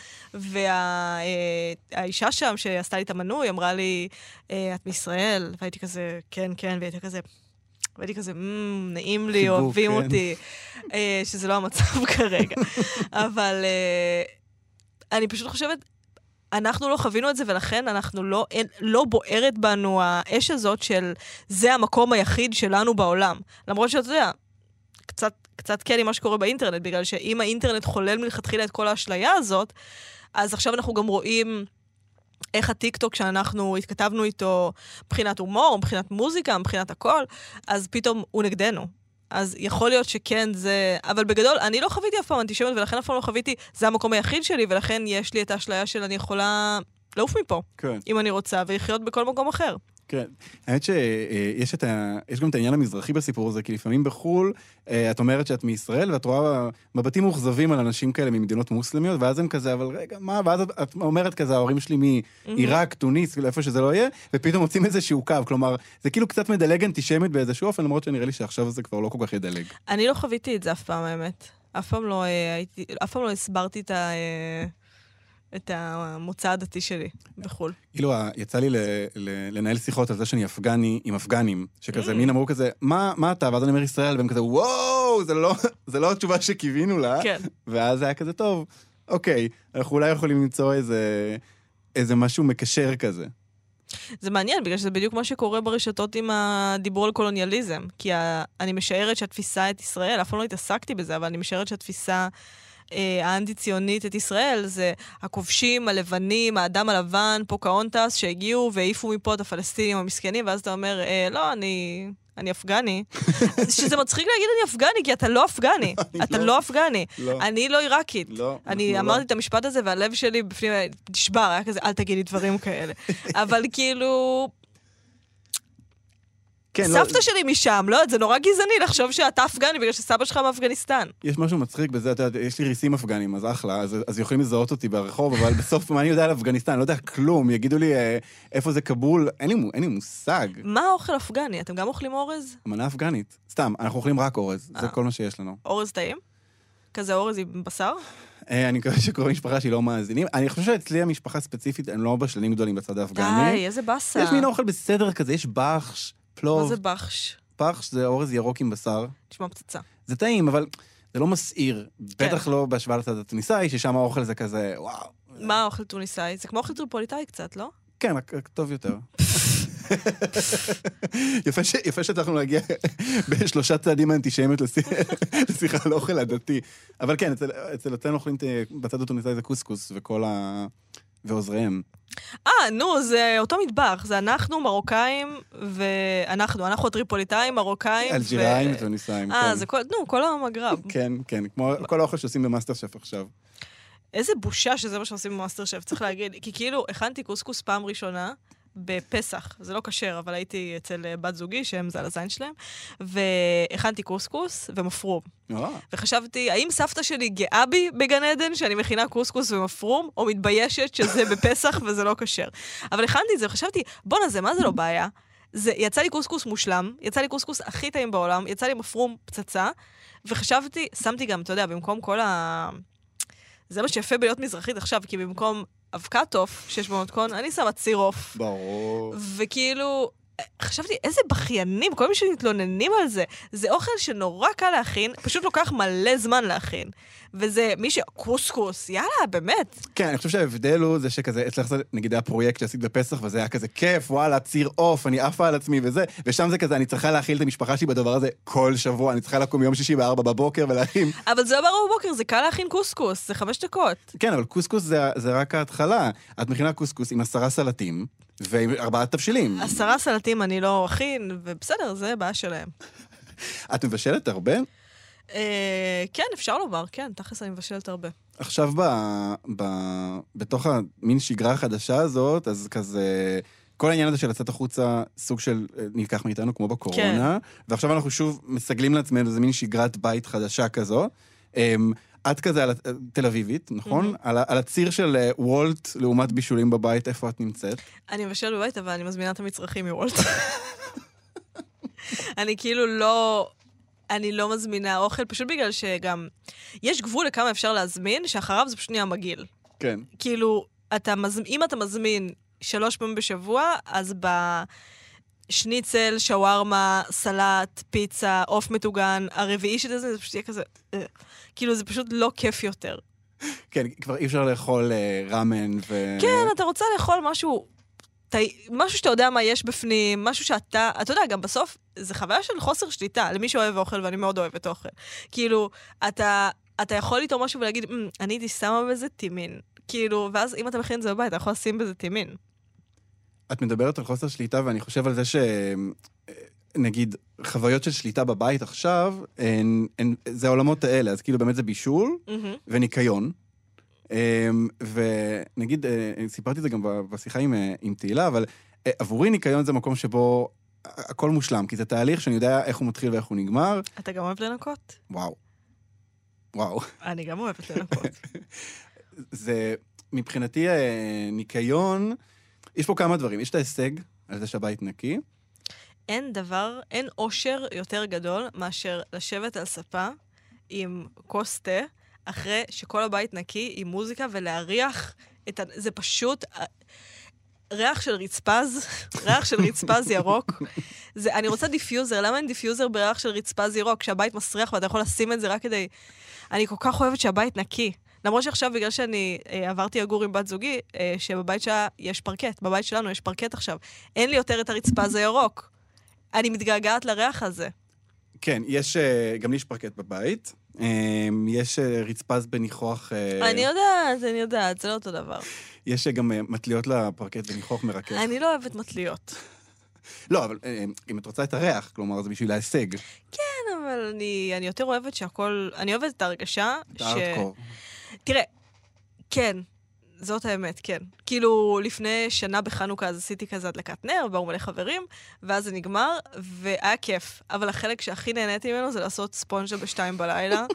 והאישה שם שעשתה לי את המנוי, אמרה לי, את מישראל? והייתי כזה, כן, כן, והייתי כזה, והייתי כזה, נעים לי, אוהבים אותי, שזה לא המצב כרגע. אבל אני פשוט חושבת, אנחנו לא חווינו את זה, ולכן אנחנו לא, אין, לא בוערת בנו האש הזאת של זה המקום היחיד שלנו בעולם. למרות שאתה יודע, קצת, קצת כן עם מה שקורה באינטרנט, בגלל שאם האינטרנט חולל מלכתחילה את כל האשליה הזאת, אז עכשיו אנחנו גם רואים איך הטיקטוק שאנחנו התכתבנו איתו מבחינת הומור, מבחינת מוזיקה, מבחינת הכל, אז פתאום הוא נגדנו. אז יכול להיות שכן זה... אבל בגדול, אני לא חוויתי אף פעם אנטישמיות, ולכן אף פעם לא חוויתי, זה המקום היחיד שלי, ולכן יש לי את האשליה של אני יכולה לעוף מפה, כן. אם אני רוצה, ולחיות בכל מקום אחר. כן. האמת שיש את ה... יש גם את העניין המזרחי בסיפור הזה, כי לפעמים בחול, את אומרת שאת מישראל, ואת רואה מבטים מוכזבים על אנשים כאלה ממדינות מוסלמיות, ואז הם כזה, אבל רגע, מה? ואז את אומרת כזה, ההורים שלי מעיראק, טוניס, איפה שזה לא יהיה, ופתאום מוצאים איזשהו קו. כלומר, זה כאילו קצת מדלג אנטישמית באיזשהו אופן, למרות שנראה לי שעכשיו זה כבר לא כל כך ידלג. אני לא חוויתי את זה אף פעם, האמת. אף פעם לא הייתי, אף פעם לא הסברתי את ה... את המוצא הדתי שלי בחול. כאילו, יצא לי לנהל שיחות על זה שאני אפגני עם אפגנים, שכזה מין אמרו כזה, מה אתה? ואז אני אומר ישראל, והם כזה, וואו, זה לא התשובה שקיווינו לה. כן. ואז זה היה כזה טוב, אוקיי, אנחנו אולי יכולים למצוא איזה משהו מקשר כזה. זה מעניין, בגלל שזה בדיוק מה שקורה ברשתות עם הדיבור על קולוניאליזם, כי אני משערת שהתפיסה את ישראל, אף פעם לא התעסקתי בזה, אבל אני משערת שהתפיסה האנטי-ציונית את ישראל, זה הכובשים, הלבנים, האדם הלבן, פוקהונטס, שהגיעו והעיפו מפה את הפלסטינים המסכנים, ואז אתה אומר, לא, אני... אני אפגני. שזה מצחיק להגיד אני אפגני, כי אתה לא אפגני. אתה לא אפגני. אני לא עיראקית. אני אמרתי את המשפט הזה, והלב שלי בפנים נשבר, היה כזה, אל תגידי דברים כאלה. אבל כאילו... סבתא שלי משם, לא, זה נורא גזעני לחשוב שאתה אפגני, בגלל שסבא שלך מאפגניסטן. יש משהו מצחיק בזה, אתה יודע, יש לי ריסים אפגנים, אז אחלה, אז יכולים לזהות אותי ברחוב, אבל בסוף, מה אני יודע על אפגניסטן? אני לא יודע כלום, יגידו לי איפה זה קבול, אין לי מושג. מה האוכל אפגני? אתם גם אוכלים אורז? מנה אפגנית. סתם, אנחנו אוכלים רק אורז, זה כל מה שיש לנו. אורז טעים? כזה אורז עם בשר? אני מקווה שקוראים משפחה שהיא לא מאזינים. אני חושב שאצלי המשפחה ספציפית, הם לא בשלנים גדולים בצד האפגני. די, איזה בסה. יש מין אוכל בסדר כזה, יש בחש, פלוב. מה זה בחש? בחש זה אורז ירוק עם בשר. נשמע פצצה. זה טעים, אבל זה לא מסעיר. בטח לא בהשוואה לצד התוניסאי, ששם האוכל זה כזה, וואו. מה האוכל טוניסאי? זה כמו אוכל טריפוליטאי קצת, לא? כן, רק טוב יותר. יפה שאנחנו להגיע בשלושה צעדים האנטישמיות לשיחה על אוכל הדתי. אבל כן, אצל אצלנו אוכלים בצד הטוניסאי זה קוסקוס וכל ה... ועוזריהם. אה, נו, זה אותו מטבח. זה אנחנו, מרוקאים, ואנחנו, אנחנו הטריפוליטאים, מרוקאים. אלג'יראים וטוניסאים, כן. אה, זה כל, נו, כל המגרב. כן, כן, כמו כל האוכל שעושים במאסטר שף עכשיו. איזה בושה שזה מה שעושים במאסטר שף, צריך להגיד. כי כאילו, הכנתי קוסקוס פעם ראשונה, בפסח, זה לא קשר, אבל הייתי אצל בת זוגי, שהם זה על הזין שלהם, והכנתי קוסקוס ומפרום. וחשבתי, האם סבתא שלי גאה בי בגן עדן, שאני מכינה קוסקוס ומפרום, או מתביישת שזה בפסח וזה לא קשר. אבל הכנתי את זה, וחשבתי, בוא נזה, מה זה לא בעיה? זה, יצא לי קוסקוס מושלם, יצא לי קוסקוס הכי טעים בעולם, יצא לי מפרום פצצה, וחשבתי, שמתי גם, אתה יודע, במקום כל ה... זה מה שיפה בלהיות מזרחית עכשיו, כי במקום אבקטוף, שיש במתכון, אני שמה צירוף. ברור. וכאילו, חשבתי, איזה בכיינים, כל מי שמתלוננים על זה, זה אוכל שנורא קל להכין, פשוט לוקח מלא זמן להכין. וזה מי ש... קוסקוס, יאללה, באמת. כן, אני חושב שההבדל הוא זה שכזה, אצלך זה נגיד הפרויקט שעשית בפסח, וזה היה כזה כיף, וואלה, ציר אוף, אני עפה על עצמי וזה, ושם זה כזה, אני צריכה להכיל את המשפחה שלי בדבר הזה כל שבוע, אני צריכה לקום יום שישי בארבע בבוקר ולהכין. אבל זה לא בארבע בבוקר, זה קל להכין קוסקוס, זה חמש דקות. כן, אבל קוסקוס זה, זה רק ההתחלה. את מכינה קוסקוס עם עשרה סלטים, ועם ארבעה תבשילים. עשרה סלטים אני לא אכין, ובסדר, זה בעיה שלהם. את מבשלת הרבה? כן, אפשר לומר, כן, תכלס אני מבשלת הרבה. עכשיו, בתוך המין שגרה החדשה הזאת, אז כזה, כל העניין הזה של לצאת החוצה, סוג של נלקח מאיתנו, כמו בקורונה, ועכשיו אנחנו שוב מסגלים לעצמנו, זה מין שגרת בית חדשה כזו, את כזה על תל אביבית, נכון? על הציר של וולט לעומת בישולים בבית, איפה את נמצאת? אני מבשל בבית, אבל אני מזמינה את המצרכים מוולט. אני כאילו לא... אני לא מזמינה אוכל, פשוט בגלל שגם... יש גבול לכמה אפשר להזמין, שאחריו זה פשוט נהיה מגעיל. כן. כאילו, אתה מזמין, אם אתה מזמין שלוש פעמים בשבוע, אז בשניצל, שווארמה, סלט, פיצה, עוף מטוגן, הרביעי של זה, זה פשוט יהיה כזה... כאילו, זה פשוט לא כיף יותר. כן, כבר אי אפשר לאכול רמן ו... כן, אתה רוצה לאכול משהו... משהו שאתה יודע מה יש בפנים, משהו שאתה, אתה יודע, גם בסוף, זה חוויה של חוסר שליטה, למי שאוהב אוכל, ואני מאוד אוהבת אוכל. כאילו, אתה, אתה יכול לטעום משהו ולהגיד, אני הייתי שמה בזה טימין. כאילו, ואז אם אתה מכין את זה בבית, אתה יכול לשים בזה טימין. את מדברת על חוסר שליטה, ואני חושב על זה ש... נגיד, חוויות של שליטה בבית עכשיו, הן, הן, זה העולמות האלה, אז כאילו באמת זה בישול Mm-hmm. וניקיון. ונגיד, סיפרתי את זה גם בשיחה עם, עם תהילה, אבל עבורי ניקיון זה מקום שבו הכל מושלם, כי זה תהליך שאני יודע איך הוא מתחיל ואיך הוא נגמר. אתה גם אוהב לנקות? וואו. וואו. אני גם אוהבת לנקות. זה, מבחינתי, ניקיון, יש פה כמה דברים. יש את ההישג על זה שהבית נקי. אין דבר, אין אושר יותר גדול מאשר לשבת על ספה עם כוס תה, אחרי שכל הבית נקי עם מוזיקה ולהריח את ה... זה פשוט... ריח של רצפז, ריח של רצפז ירוק. זה, אני רוצה דיפיוזר, למה אין דיפיוזר בריח של רצפז ירוק? כשהבית מסריח ואתה יכול לשים את זה רק כדי... אני כל כך אוהבת שהבית נקי. למרות שעכשיו, בגלל שאני אה, עברתי לגור עם בת זוגי, אה, שבבית שלה יש פרקט, בבית שלנו יש פרקט עכשיו. אין לי יותר את הרצפז הירוק. אני מתגעגעת לריח הזה. כן, יש, גם לי יש פרקט בבית. יש רצפז בניחוח... אני יודעת, אני יודעת, זה לא אותו דבר. יש גם מטליות לפרקט בניחוח מרכך. אני לא אוהבת מטליות. לא, אבל אם את רוצה את הריח, כלומר, זה בשביל להישג. כן, אבל אני, אני יותר אוהבת שהכל... אני אוהבת את ההרגשה ש... את הארדקור. תראה, כן, זאת האמת, כן. כאילו, לפני שנה בחנוכה, אז עשיתי כזה הדלקת נר, באו מלא חברים, ואז זה נגמר, והיה כיף. אבל החלק שהכי נהניתי ממנו זה לעשות ספונג'ה בשתיים בלילה,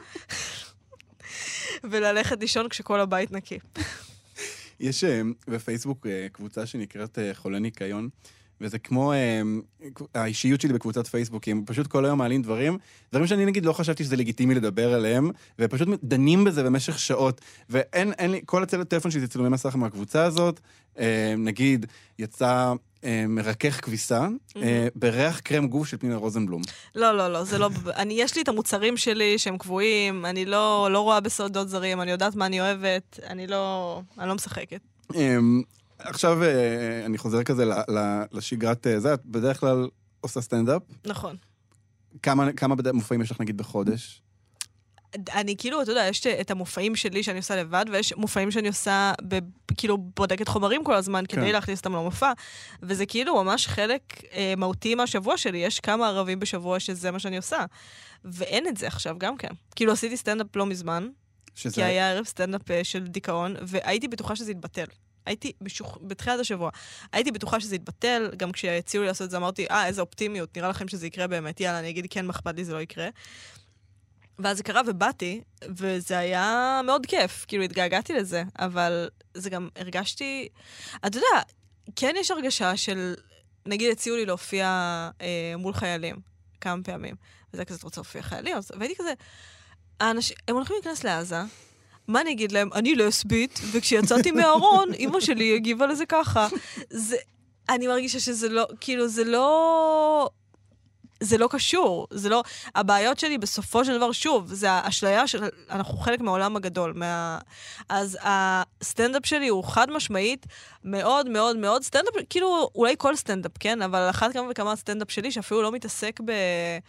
וללכת לישון כשכל הבית נקי. יש בפייסבוק קבוצה שנקראת חולה ניקיון, וזה כמו האישיות שלי בקבוצת פייסבוק, הם פשוט כל היום מעלים דברים, דברים שאני נגיד לא חשבתי שזה לגיטימי לדבר עליהם, ופשוט דנים בזה במשך שעות, ואין, אין לי, כל הטלפון שלי זה צילומי מסך מהקבוצה הזאת, נגיד, יצא מרכך כביסה, בריח קרם גוף של פנינה רוזנבלום. לא, לא, לא, זה לא, אני, יש לי את המוצרים שלי שהם קבועים, אני לא, לא רואה בסודות זרים, אני יודעת מה אני אוהבת, אני לא, אני לא משחקת. עכשיו אני חוזר כזה לשגרת זה, את בדרך כלל עושה סטנדאפ? נכון. כמה, כמה מופעים יש לך נגיד בחודש? אני כאילו, אתה יודע, יש את המופעים שלי שאני עושה לבד, ויש מופעים שאני עושה, ב, כאילו, בודקת חומרים כל הזמן, כן. כדי להכניס אותם למופע, וזה כאילו ממש חלק אה, מהותי מהשבוע שלי, יש כמה ערבים בשבוע שזה מה שאני עושה, ואין את זה עכשיו גם כן. כאילו, עשיתי סטנדאפ לא מזמן, שזה... כי היה ערב סטנדאפ אה, של דיכאון, והייתי בטוחה שזה יתבטל. הייתי בשוח... בתחילת השבוע, הייתי בטוחה שזה יתבטל, גם כשהציעו לי לעשות את זה, אמרתי, אה, איזה אופטימיות, נראה לכם שזה יקרה באמת, יאללה, אני אגיד, כן, מחפד לי, זה לא יקרה. ואז זה קרה ובאתי, וזה היה מאוד כיף, כאילו התגעגעתי לזה, אבל זה גם הרגשתי, אתה יודע, כן יש הרגשה של, נגיד הציעו לי להופיע אה, מול חיילים, כמה פעמים, וזה כזה, אתה רוצה להופיע חיילים? והייתי כזה, האנשים, הם הולכים להיכנס לעזה, מה אני אגיד להם? אני לסבית, וכשיצאתי מהארון, אמא שלי הגיבה לזה ככה. זה, אני מרגישה שזה לא, כאילו זה לא... זה לא קשור, זה לא... הבעיות שלי בסופו של דבר, שוב, זה האשליה של... אנחנו חלק מהעולם הגדול. מה... אז הסטנדאפ שלי הוא חד משמעית, מאוד מאוד מאוד סטנדאפ, כאילו אולי כל סטנדאפ, כן? אבל אחת כמה וכמה סטנדאפ שלי, שאפילו לא מתעסק ב...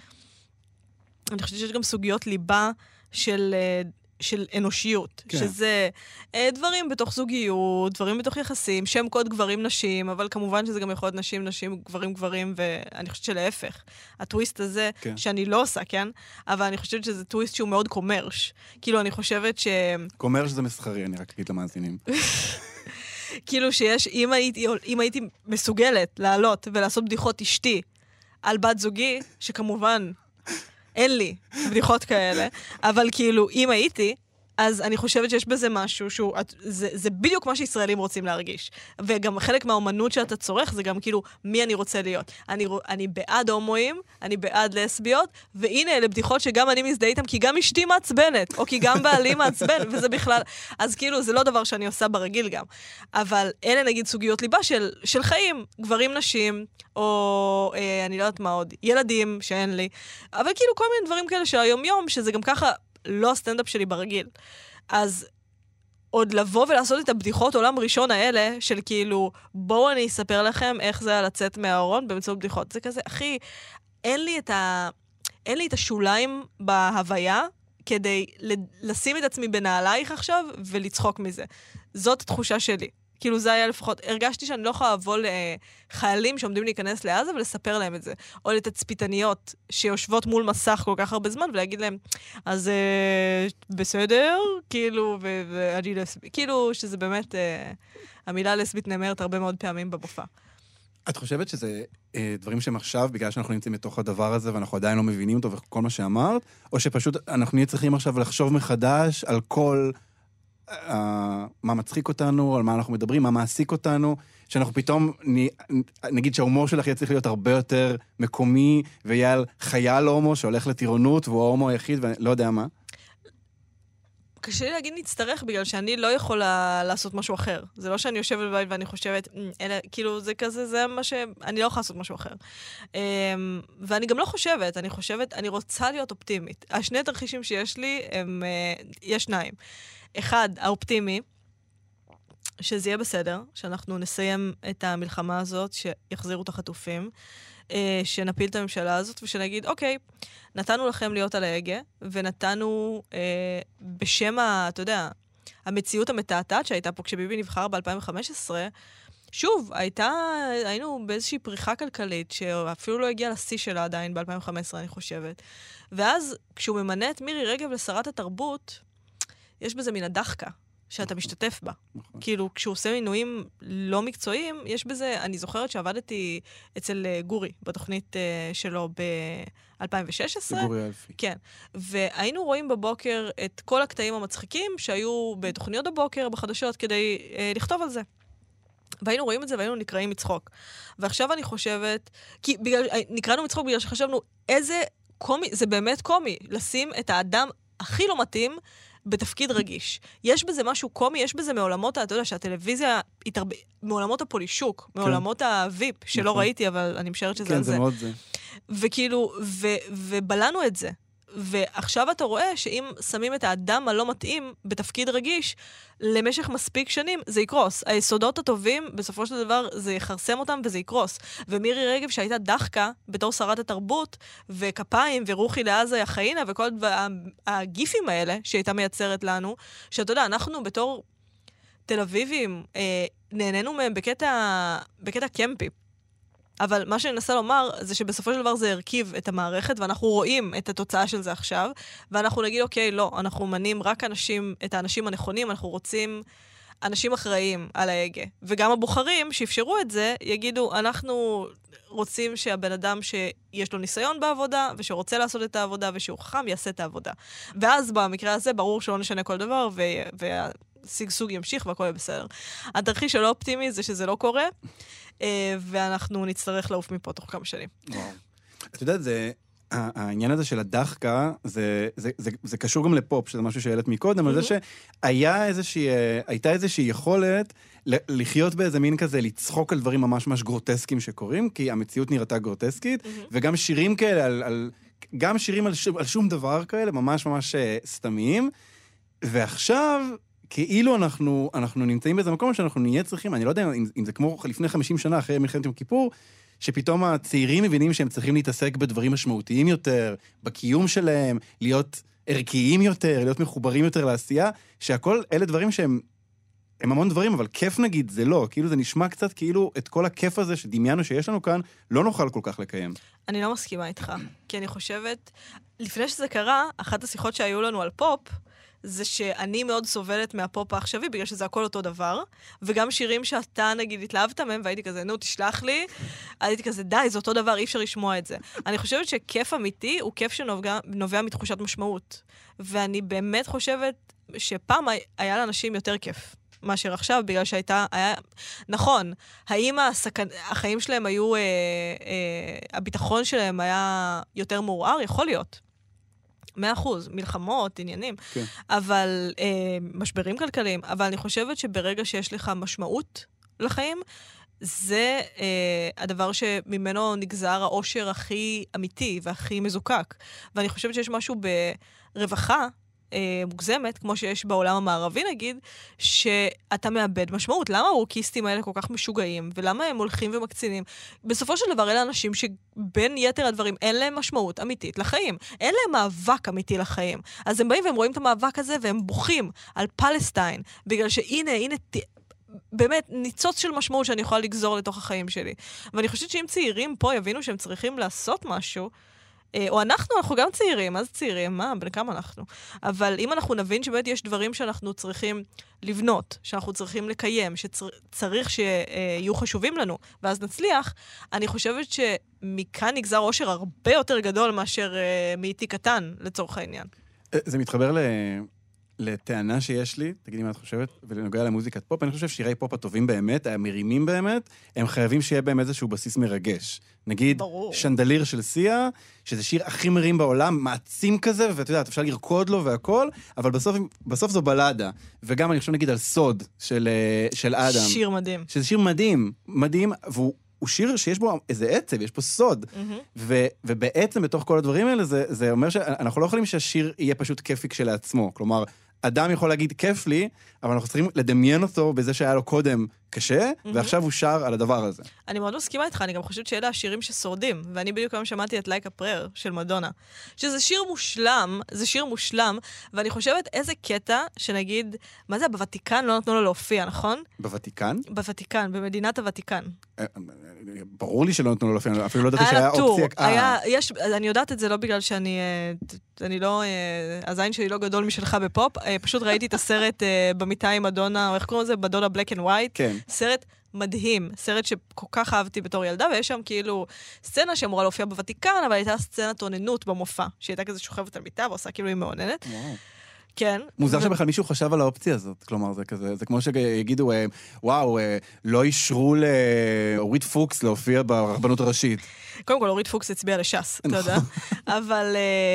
אני חושבת שיש גם סוגיות ליבה של... של אנושיות, כן. שזה אה, דברים בתוך זוגיות, דברים בתוך יחסים, שם קוד גברים נשים, אבל כמובן שזה גם יכול להיות נשים, נשים, גברים, גברים, ואני חושבת שלהפך. הטוויסט הזה, כן. שאני לא עושה, כן? אבל אני חושבת שזה טוויסט שהוא מאוד קומרש. כאילו, אני חושבת ש... קומרש זה מסחרי, אני רק אגיד למאזינים. כאילו שיש, אם הייתי, אם הייתי מסוגלת לעלות ולעשות בדיחות אשתי על בת זוגי, שכמובן... אין לי בדיחות כאלה, אבל כאילו, אם הייתי, אז אני חושבת שיש בזה משהו שהוא, זה, זה בדיוק מה שישראלים רוצים להרגיש. וגם חלק מהאומנות שאתה צורך, זה גם כאילו, מי אני רוצה להיות. אני, אני בעד הומואים, אני בעד לסביות, והנה, אלה בדיחות שגם אני מזדהה איתם, כי גם אשתי מעצבנת, או כי גם בעלי מעצבן, וזה בכלל, אז כאילו, זה לא דבר שאני עושה ברגיל גם. אבל אלה נגיד סוגיות ליבה של, של חיים, גברים, נשים, או אה, אני לא יודעת מה עוד, ילדים שאין לי, אבל כאילו כל מיני דברים כאלה שהיום יום, שזה גם ככה, לא הסטנדאפ שלי ברגיל. אז עוד לבוא ולעשות את הבדיחות עולם ראשון האלה, של כאילו, בואו אני אספר לכם איך זה היה לצאת מהארון באמצעות בדיחות. זה כזה, אחי, אין לי את ה... אין לי את השוליים בהוויה, כדי לשים את עצמי בנעלייך עכשיו, ולצחוק מזה. זאת התחושה שלי. כאילו זה היה לפחות, הרגשתי שאני לא יכולה לבוא לחיילים שעומדים להיכנס לעזה ולספר להם את זה. או לתצפיתניות שיושבות מול מסך כל כך הרבה זמן ולהגיד להם, אז אה, בסדר, כאילו, ואני לסבית. כאילו שזה באמת, אה, המילה לסבית נאמרת הרבה מאוד פעמים במופע. את חושבת שזה אה, דברים שהם עכשיו, בגלל שאנחנו נמצאים בתוך הדבר הזה ואנחנו עדיין לא מבינים אותו וכל מה שאמרת, או שפשוט אנחנו נהיה צריכים עכשיו לחשוב מחדש על כל... Uh, מה מצחיק אותנו, על מה אנחנו מדברים, מה מעסיק אותנו, שאנחנו פתאום, נגיד שההומור שלך יהיה צריך להיות הרבה יותר מקומי, ויהיה על חייל הומו שהולך לטירונות, והוא ההומו היחיד, ולא יודע מה. קשה לי להגיד נצטרך, בגלל שאני לא יכולה לעשות משהו אחר. זה לא שאני יושבת בבית ואני חושבת, אלא, כאילו, זה כזה, זה מה ש... אני לא יכולה לעשות משהו אחר. Um, ואני גם לא חושבת, אני חושבת, אני רוצה להיות אופטימית. השני תרחישים שיש לי, הם, uh, יש שניים. אחד, האופטימי, שזה יהיה בסדר, שאנחנו נסיים את המלחמה הזאת, שיחזירו את החטופים, שנפיל את הממשלה הזאת, ושנגיד, אוקיי, נתנו לכם להיות על ההגה, ונתנו בשם, אתה יודע, המציאות המתעתעת שהייתה פה כשביבי נבחר ב-אלפיים וחמש עשרה, שוב, הייתה, היינו באיזושהי פריחה כלכלית, שאפילו לא הגיעה לשיא שלה עדיין ב-אלפיים וחמש עשרה, אני חושבת. ואז, כשהוא ממנה את מירי רגב לשרת התרבות, יש בזה מן הדחקה, שאתה משתתף בה. כאילו, כשהוא עושה מינויים לא מקצועיים, יש בזה, אני זוכרת שעבדתי אצל גורי, בתוכנית שלו ב-אלפיים ושש עשרה. גורי אלפי. כן. והיינו רואים בבוקר את כל הקטעים המצחיקים שהיו בתוכניות הבוקר, בחדשות, כדי לכתוב על זה. והיינו רואים את זה והיינו נקראים מצחוק. ועכשיו אני חושבת, כי בגלל, נקראנו מצחוק בגלל שחשבנו, איזה קומי, זה באמת קומי, לשים את האדם הכי לא מתאים, בתפקיד רגיש. יש בזה משהו קומי, יש בזה מעולמות, אתה יודע, שהטלוויזיה, התרב... מעולמות הפולישוק, כן. מעולמות הוויפ, שלא נכון. ראיתי, אבל אני משערת שזה כן, על זה. זה. מאוד זה. וכאילו, ו... ובלנו את זה. ועכשיו אתה רואה שאם שמים את האדם הלא מתאים בתפקיד רגיש, למשך מספיק שנים, זה יקרוס. היסודות הטובים, בסופו של דבר, זה יחרסם אותם וזה יקרוס. ומירי רגב, שהייתה דחקה בתור שרת התרבות, וכפיים, ורוחי לעזה יחיינה, וכל הגיפים האלה שהייתה מייצרת לנו, שאתה יודע, אנחנו בתור תל אביבים, אה, נהנינו מהם בקטע, בקטע קמפי. אבל מה שאני מנסה לומר, זה שבסופו של דבר זה הרכיב את המערכת, ואנחנו רואים את התוצאה של זה עכשיו, ואנחנו נגיד, אוקיי, לא, אנחנו מנים רק אנשים, את האנשים הנכונים, אנחנו רוצים אנשים אחראיים על ההגה. וגם הבוחרים שאפשרו את זה, יגידו, אנחנו רוצים שהבן אדם שיש לו ניסיון בעבודה, ושרוצה לעשות את העבודה, ושהוא חכם יעשה את העבודה. ואז במקרה הזה, ברור שלא נשנה כל דבר, וה... סגסוג ימשיך והכל יהיה בסדר. התרחיש הלא אופטימי זה שזה לא קורה, ואנחנו נצטרך לעוף מפה תוך כמה שנים. את יודעת, זה, העניין הזה של הדחקה, זה, זה, זה, זה קשור גם לפופ, שזה משהו שהעלת מקודם, על זה שהיה איזושהי, הייתה איזושהי יכולת לחיות באיזה מין כזה, לצחוק על דברים ממש ממש גרוטסקיים שקורים, כי המציאות נראתה גרוטסקית, וגם שירים כאלה, על, על, גם שירים על שום, על שום דבר כאלה, ממש ממש סתמיים, ועכשיו, כאילו אנחנו, אנחנו נמצאים באיזה מקום שאנחנו נהיה צריכים, אני לא יודע אם, אם זה כמו לפני חמישים שנה, אחרי מלחמת יום כיפור, שפתאום הצעירים מבינים שהם צריכים להתעסק בדברים משמעותיים יותר, בקיום שלהם, להיות ערכיים יותר, להיות מחוברים יותר לעשייה, שהכל אלה דברים שהם הם המון דברים, אבל כיף נגיד זה לא, כאילו זה נשמע קצת כאילו את כל הכיף הזה שדמיינו שיש לנו כאן, לא נוכל כל כך לקיים. אני לא מסכימה איתך, כי אני חושבת, לפני שזה קרה, אחת השיחות שהיו לנו על פופ, זה שאני מאוד סובלת מהפופ העכשווי, בגלל שזה הכל אותו דבר, וגם שירים שאתה, נגיד, התלהבת מהם, והייתי כזה, נו, תשלח לי, הייתי כזה, די, זה אותו דבר, אי אפשר לשמוע את זה. אני חושבת שכיף אמיתי הוא כיף שנובע מתחושת משמעות. ואני באמת חושבת שפעם היה לאנשים יותר כיף. מאשר עכשיו, בגלל שהייתה, היה, נכון, האם הסכנ... החיים שלהם היו, אה, אה, הביטחון שלהם היה יותר מעורער? יכול להיות. מאה אחוז, מלחמות, עניינים, כן. אבל, אה, משברים כלכליים, אבל אני חושבת שברגע שיש לך משמעות לחיים, זה אה, הדבר שממנו נגזר האושר הכי אמיתי והכי מזוקק. ואני חושבת שיש משהו ברווחה, מוגזמת, כמו שיש בעולם המערבי נגיד, שאתה מאבד משמעות. למה הרוקיסטים האלה כל כך משוגעים, ולמה הם הולכים ומקצינים? בסופו של דבר אלה אנשים שבין יתר הדברים אין להם משמעות אמיתית לחיים. אין להם מאבק אמיתי לחיים. אז הם באים והם רואים את המאבק הזה, והם בוכים על פלסטיין, בגלל שהנה, הנה, באמת ניצוץ של משמעות שאני יכולה לגזור לתוך החיים שלי. ואני חושבת שאם צעירים פה יבינו שהם צריכים לעשות משהו, או אנחנו, אנחנו גם צעירים, אז צעירים, מה, בין כמה אנחנו? אבל אם אנחנו נבין שבאמת יש דברים שאנחנו צריכים לבנות, שאנחנו צריכים לקיים, שצריך שיהיו חשובים לנו, ואז נצליח, אני חושבת שמכאן נגזר עושר הרבה יותר גדול מאשר מאיתי קטן, לצורך העניין. זה מתחבר ל... לטענה שיש לי, תגידי מה את חושבת, ולנוגע למוזיקת פופ, אני חושב שירי פופ הטובים באמת, המרימים באמת, הם חייבים שיהיה בהם איזשהו בסיס מרגש. נגיד, ברור. שנדליר של סיה, שזה שיר הכי מרים בעולם, מעצים כזה, ואתה יודע, אפשר לרקוד לו והכל, אבל בסוף, בסוף זו בלדה. וגם אני חושב נגיד על סוד של, של אדם. שיר מדהים. שזה שיר מדהים, מדהים, והוא הוא שיר שיש בו איזה עצב, יש פה סוד. Mm-hmm. ו, ובעצם בתוך כל הדברים האלה, זה, זה אומר שאנחנו לא יכולים שהשיר יהיה פשוט כיפי כשלעצמו. כלומר, אדם יכול להגיד כיף לי, אבל אנחנו צריכים לדמיין אותו בזה שהיה לו קודם קשה, mm-hmm. ועכשיו הוא שר על הדבר הזה. אני מאוד מסכימה איתך, אני גם חושבת שאלה השירים ששורדים, ואני בדיוק היום שמעתי את Like a Prayer של מדונה, שזה שיר מושלם, זה שיר מושלם, ואני חושבת איזה קטע שנגיד, מה זה, בוותיקן לא נתנו לו להופיע, נכון? בוותיקן? בוותיקן, במדינת הוותיקן. ברור לי שלא נתנו לו להופיע, אפילו לא יודעת שהיה אופציה... היה, יש, אני יודעת את זה לא בגלל שאני, אני לא, הזין שלי לא גדול משלך בפופ, פשוט ראיתי את הסרט במיטה עם מדונה, או איך קוראים לזה? מדונה Black and White. כן. סרט מדהים, סרט שכל כך אהבתי בתור ילדה, ויש שם כאילו סצנה שאמורה להופיע בוותיקן, אבל הייתה סצנת עוננות במופע, שהייתה כזה שוכבת על מיטה, ועושה כאילו היא מעוננת. וואו. כן. מוזר ו... שבכלל מישהו חשב על האופציה הזאת, כלומר זה כזה, זה כמו שיגידו, וואו, לא אישרו לאורית פוקס להופיע ברבנות הראשית. קודם כל, אורית פוקס הצביעה לש"ס, אתה יודע? אבל...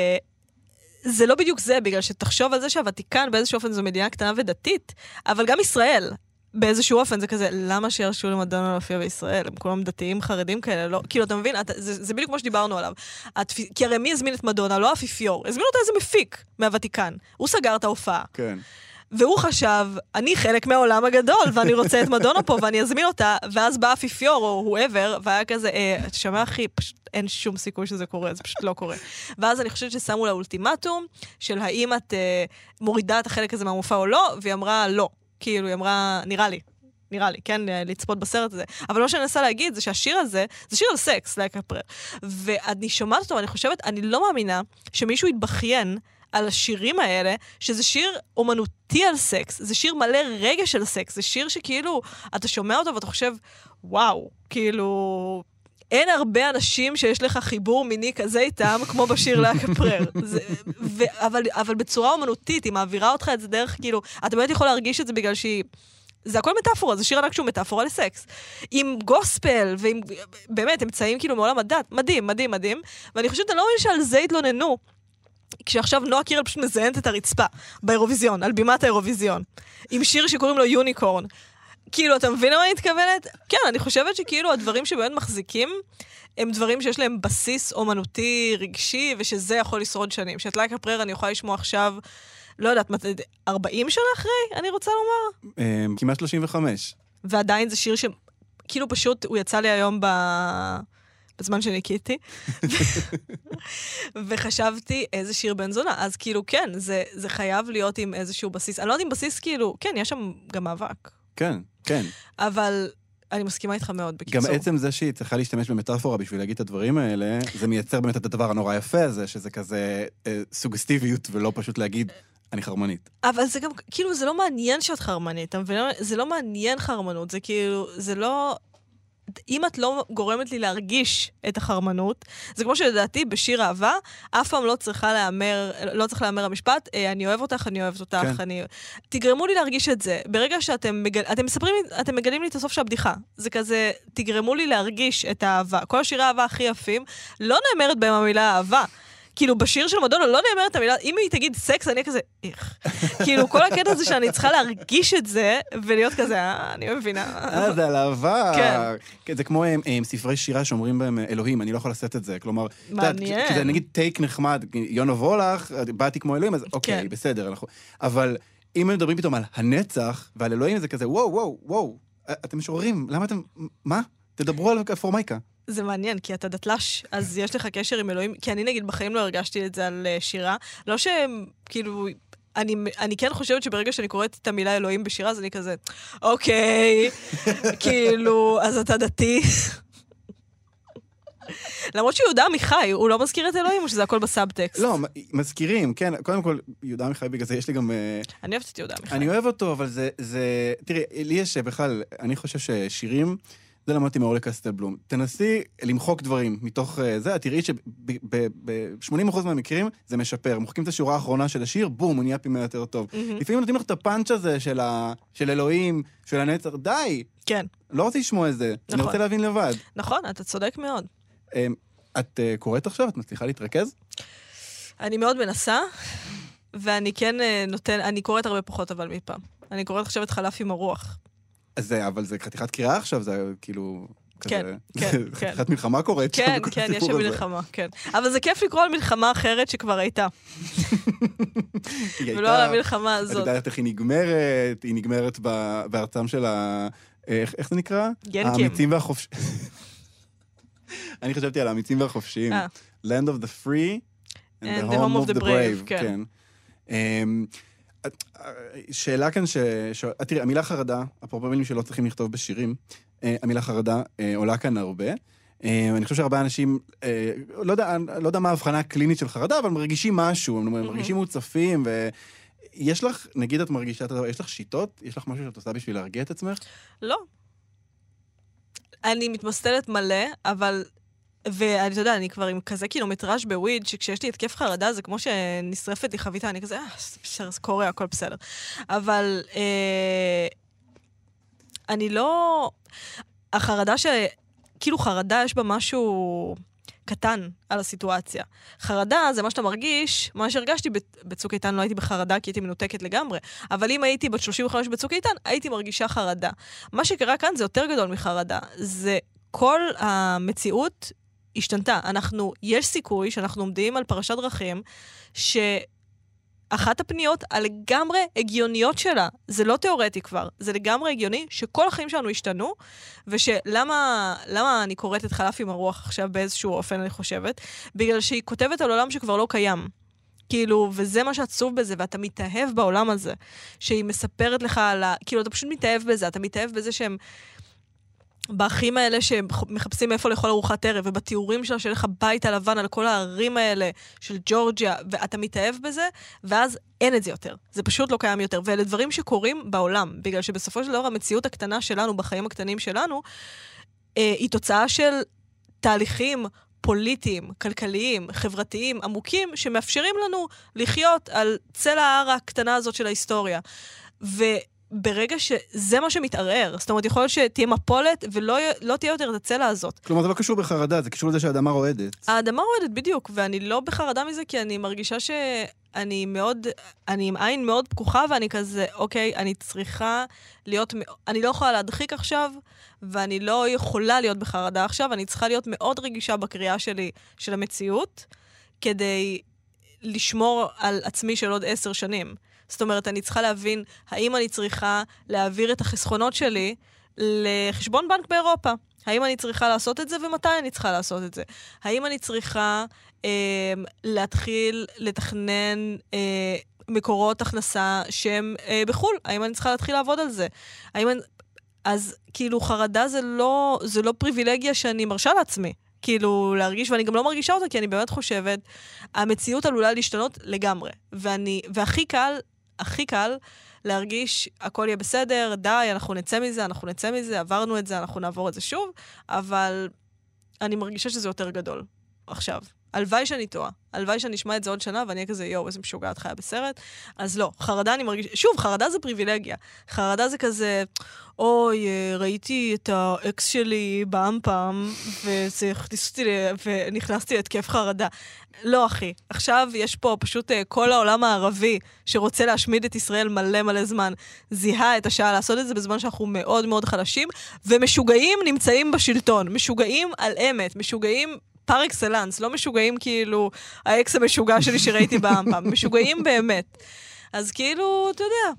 זה לא בדיוק זה, בגלל שתחשוב על זה שהוותיקן באיזשהו אופן זו מדינה קטנה ודתית, אבל גם ישראל, באיזשהו אופן זה כזה, למה שירשו למדונה להופיע בישראל? הם כולם דתיים חרדים כאלה, לא, כאילו, אתה מבין? אתה, זה, זה בדיוק כמו שדיברנו עליו. התפ... כי הרי מי הזמין את מדונה? לא האפיפיור. הזמין אותה איזה מפיק מהוותיקן. הוא סגר את ההופעה. כן. והוא חשב, אני חלק מהעולם הגדול, ואני רוצה את מדונה פה, ואני אזמין אותה, ואז בא האפיפיור, או הוא עבר, והיה כזה, אה, אתה שמע אחי, פשוט אין שום סיכוי שזה קורה, זה פשוט לא קורה. ואז אני חושבת ששמו לה אולטימטום, של האם את אה, מורידה את החלק הזה מהמופע או לא, והיא אמרה לא. כאילו, היא אמרה, נראה לי, נראה לי, כן, לצפות בסרט הזה. אבל מה שאני מנסה להגיד זה שהשיר הזה, זה שיר על סקס, Like a Prayer. ואני שומעת אותו, ואני חושבת, אני לא מאמינה שמישהו יתבכיין על השירים האלה, שזה שיר אומנותי על סקס, זה שיר מלא רגש על סקס, זה שיר שכאילו, אתה שומע אותו ואתה חושב, וואו, כאילו... אין הרבה אנשים שיש לך חיבור מיני כזה איתם, כמו בשיר Like a Prayer. זה, ו, אבל, אבל בצורה אומנותית, היא מעבירה אותך את זה דרך, כאילו, אתה באמת יכול להרגיש את זה בגלל שהיא... זה הכל מטאפורה, זה שיר ענק שהוא מטאפורה לסקס. עם גוספל, ועם באמת אמצעים כאילו מעולם הדת. מדהים, מדהים, מדהים. ואני חושבת, אני לא מבין שעל זה התלוננו, כשעכשיו נועה קירל פשוט מזיינת את הרצפה, באירוויזיון, על בימת האירוויזיון, עם שיר שקוראים לו יוניקורן. כאילו, אתה מבין מה אני מתכוונת? כן, אני חושבת שכאילו הדברים שבאמת מחזיקים, הם דברים שיש להם בסיס אומנותי, רגשי, ושזה יכול לשרוד שנים. שאת Like a Prayer אני יכולה לשמוע עכשיו, לא יודעת, ארבעים שנה אחרי, אני רוצה לומר? כמעט שלושים וחמש. ועדיין זה שיר שכאילו פשוט, הוא יצא לי היום ב... בזמן שניקיתי, וחשבתי איזה שיר בן זונה. אז כאילו, כן, זה, זה חייב להיות עם איזשהו בסיס. אני לא יודעת אם בסיס, כאילו, כן, יש שם גם מאבק. כן, כן. אבל אני מסכימה איתך מאוד, בקיצור. גם עצם זה שהיא צריכה להשתמש במטאפורה בשביל להגיד את הדברים האלה, זה מייצר באמת את הדבר הנורא יפה הזה, שזה כזה אה, סוגסטיביות, ולא פשוט להגיד, אני חרמנית. אבל זה גם, כאילו, זה לא מעניין שאת חרמנית, זה לא מעניין חרמנות, זה כאילו, זה לא... אם את לא גורמת לי להרגיש את החרמנות, זה כמו שלדעתי בשיר אהבה, אף פעם לא צריכה לאמר, לא צריך לאמר המשפט, אני אוהב אותך, אני אוהבת אותך, כן. אני... תגרמו לי להרגיש את זה. ברגע שאתם מגל... אתם מספרים, אתם מגלים לי את הסוף של הבדיחה. זה כזה, תגרמו לי להרגיש את האהבה. כל השירי האהבה הכי יפים, לא נאמרת בהם המילה אהבה. כאילו, בשיר של מדונה לא נאמרת המילה, אם היא תגיד סקס, אני כזה, איך. כאילו, כל הקטע הזה שאני צריכה להרגיש את זה, ולהיות כזה, אה, אני מבינה. אה, זה על אהבה. כן. זה כמו ספרי שירה שאומרים בהם, אלוהים, אני לא יכול לשאת את זה. כלומר, מעניין. כי זה נגיד טייק נחמד, יונו וולך, באתי כמו אלוהים, אז אוקיי, בסדר. אבל אם הם מדברים פתאום על הנצח, ועל אלוהים, זה כזה, וואו, וואו, וואו, אתם משוררים, למה אתם, מה? תדברו על פורמייקה. זה מעניין, כי אתה דתל"ש, אז יש לך קשר עם אלוהים, כי אני נגיד בחיים לא הרגשתי את זה על שירה, לא שהם, כאילו, אני, אני כן חושבת שברגע שאני קוראת את המילה אלוהים בשירה, אז אני כזה, אוקיי, כאילו, אז אתה דתי. למרות שיהודה עמיחי, הוא לא מזכיר את אלוהים, או שזה הכל בסאבטקסט? לא, מזכירים, כן, קודם כל, יהודה עמיחי בגלל זה, יש לי גם... אני אוהבת את יהודה עמיחי. אני אוהב אותו, אבל זה, זה, תראי, לי יש בכלל, אני חושב ששירים, זה למדתי מאורלי קסטלבלום. תנסי למחוק דברים מתוך זה, תראי שב-שמונים אחוז מהמקרים זה משפר. מוחקים את השורה האחרונה של השיר, בום, הוא נהיה פי מאה יותר טוב. לפעמים נותנים לך את הפאנץ' הזה של אלוהים, של הנצח, די. כן. לא רוצה לשמוע את זה. אני רוצה להבין לבד. נכון, אתה צודק מאוד. את קוראת עכשיו? את מצליחה להתרכז? אני מאוד מנסה, ואני כן נותן, אני קוראת הרבה פחות אבל מפעם. אני קוראת עכשיו את חלף עם הרוח. אז זה, אבל זה חתיכת קריאה עכשיו, זה כאילו... כן, כן, כן. חתיכת מלחמה קורית שם. כן, כן, יש שם מלחמה, כן. אבל זה כיף לקרוא על מלחמה אחרת שכבר הייתה. ולא על המלחמה הזאת. את יודעת איך היא נגמרת, היא נגמרת בארצם של ה... איך זה נקרא? גנקים. האמיצים והחופשיים. אני חשבתי על האמיצים והחופשיים. Land of the free and the home of the brave, כן. שאלה כאן ש... תראי, המילה חרדה, אפרופו מילים שלא צריכים לכתוב בשירים, המילה חרדה עולה כאן הרבה. אני חושב שהרבה אנשים, לא יודע, לא יודע מה ההבחנה הקלינית של חרדה, אבל מרגישים משהו, הם מרגישים מוצפים, ויש לך, נגיד את מרגישה, יש לך שיטות? יש לך משהו שאת עושה בשביל להרגיע את עצמך? לא. אני מתמסטלת מלא, אבל... ואני אתה יודע, אני כבר עם כזה קילומטראז' בוויד, שכשיש לי התקף חרדה, זה כמו שנשרפת לי חביתה, אני כזה, אה, בסדר, זה קורה, הכל בסדר. אבל אה, אני לא... החרדה ש... כאילו חרדה יש בה משהו קטן על הסיטואציה. חרדה זה מה שאתה מרגיש, מה שהרגשתי בצוק איתן, לא הייתי בחרדה כי הייתי מנותקת לגמרי, אבל אם הייתי בת שלושים וחמש בצוק איתן, הייתי מרגישה חרדה. מה שקרה כאן זה יותר גדול מחרדה. זה כל המציאות השתנתה. אנחנו, יש סיכוי שאנחנו עומדים על פרשת דרכים, שאחת הפניות הלגמרי הגיוניות שלה, זה לא תיאורטי כבר, זה לגמרי הגיוני, שכל החיים שלנו השתנו, ושלמה, למה אני קוראת את חלף עם הרוח עכשיו באיזשהו אופן, אני חושבת? בגלל שהיא כותבת על עולם שכבר לא קיים. כאילו, וזה מה שעצוב בזה, ואתה מתאהב בעולם הזה, שהיא מספרת לך על ה... כאילו, אתה פשוט מתאהב בזה, אתה מתאהב בזה שהם... באחים האלה שמחפשים איפה לאכול ארוחת ערב, ובתיאורים שלה של לך בית הלבן על כל הערים האלה של ג'ורג'יה, ואתה מתאהב בזה, ואז אין את זה יותר. זה פשוט לא קיים יותר. ואלה דברים שקורים בעולם, בגלל שבסופו של דבר המציאות הקטנה שלנו, בחיים הקטנים שלנו, אה, היא תוצאה של תהליכים פוליטיים, כלכליים, חברתיים, עמוקים, שמאפשרים לנו לחיות על צל ההר הקטנה הזאת של ההיסטוריה. ו... ברגע שזה מה שמתערער, זאת אומרת, יכול להיות שתהיה מפולת ולא לא תהיה יותר את הצלע הזאת. כלומר, זה לא קשור בחרדה, זה קשור לזה שהאדמה רועדת. האדמה רועדת, בדיוק, ואני לא בחרדה מזה, כי אני מרגישה שאני מאוד, אני עם עין מאוד פקוחה, ואני כזה, אוקיי, אני צריכה להיות, אני לא יכולה להדחיק עכשיו, ואני לא יכולה להיות בחרדה עכשיו, אני צריכה להיות מאוד רגישה בקריאה שלי, של המציאות, כדי לשמור על עצמי של עוד עשר שנים. זאת אומרת, אני צריכה להבין האם אני צריכה להעביר את החסכונות שלי לחשבון בנק באירופה. האם אני צריכה לעשות את זה ומתי אני צריכה לעשות את זה. האם אני צריכה אה, להתחיל לתכנן אה, מקורות הכנסה שהם אה, בחול. האם אני צריכה להתחיל לעבוד על זה. האם אני... אז כאילו חרדה זה לא, זה לא פריבילגיה שאני מרשה לעצמי. כאילו, להרגיש, ואני גם לא מרגישה אותה, כי אני באמת חושבת, המציאות עלולה להשתנות לגמרי. ואני, והכי קל, הכי קל, להרגיש, הכל יהיה בסדר, די, אנחנו נצא מזה, אנחנו נצא מזה, עברנו את זה, אנחנו נעבור את זה שוב, אבל אני מרגישה שזה יותר גדול. עכשיו, הלוואי שאני טועה, הלוואי שאני אשמע את זה עוד שנה, ואני אהיה כזה, יואו, איזה משוגעת חיה בסרט. אז לא, חרדה אני מרגיש, שוב, חרדה זה פריבילגיה. חרדה זה כזה, אוי, ראיתי את האקס שלי פעם פעם, וזה הכניס אותי, ונכנסתי להתקף חרדה. לא, אחי. עכשיו יש פה פשוט כל העולם הערבי שרוצה להשמיד את ישראל מלא מלא זמן, זיהה את השעה לעשות את זה בזמן שאנחנו מאוד מאוד חלשים, ומשוגעים נמצאים בשלטון. משוגעים על אמת, משוגעים פר אקסלנס, לא משוגעים כאילו האקס המשוגע שלי שראיתי פעם פעם, משוגעים באמת. אז כאילו, אתה יודע.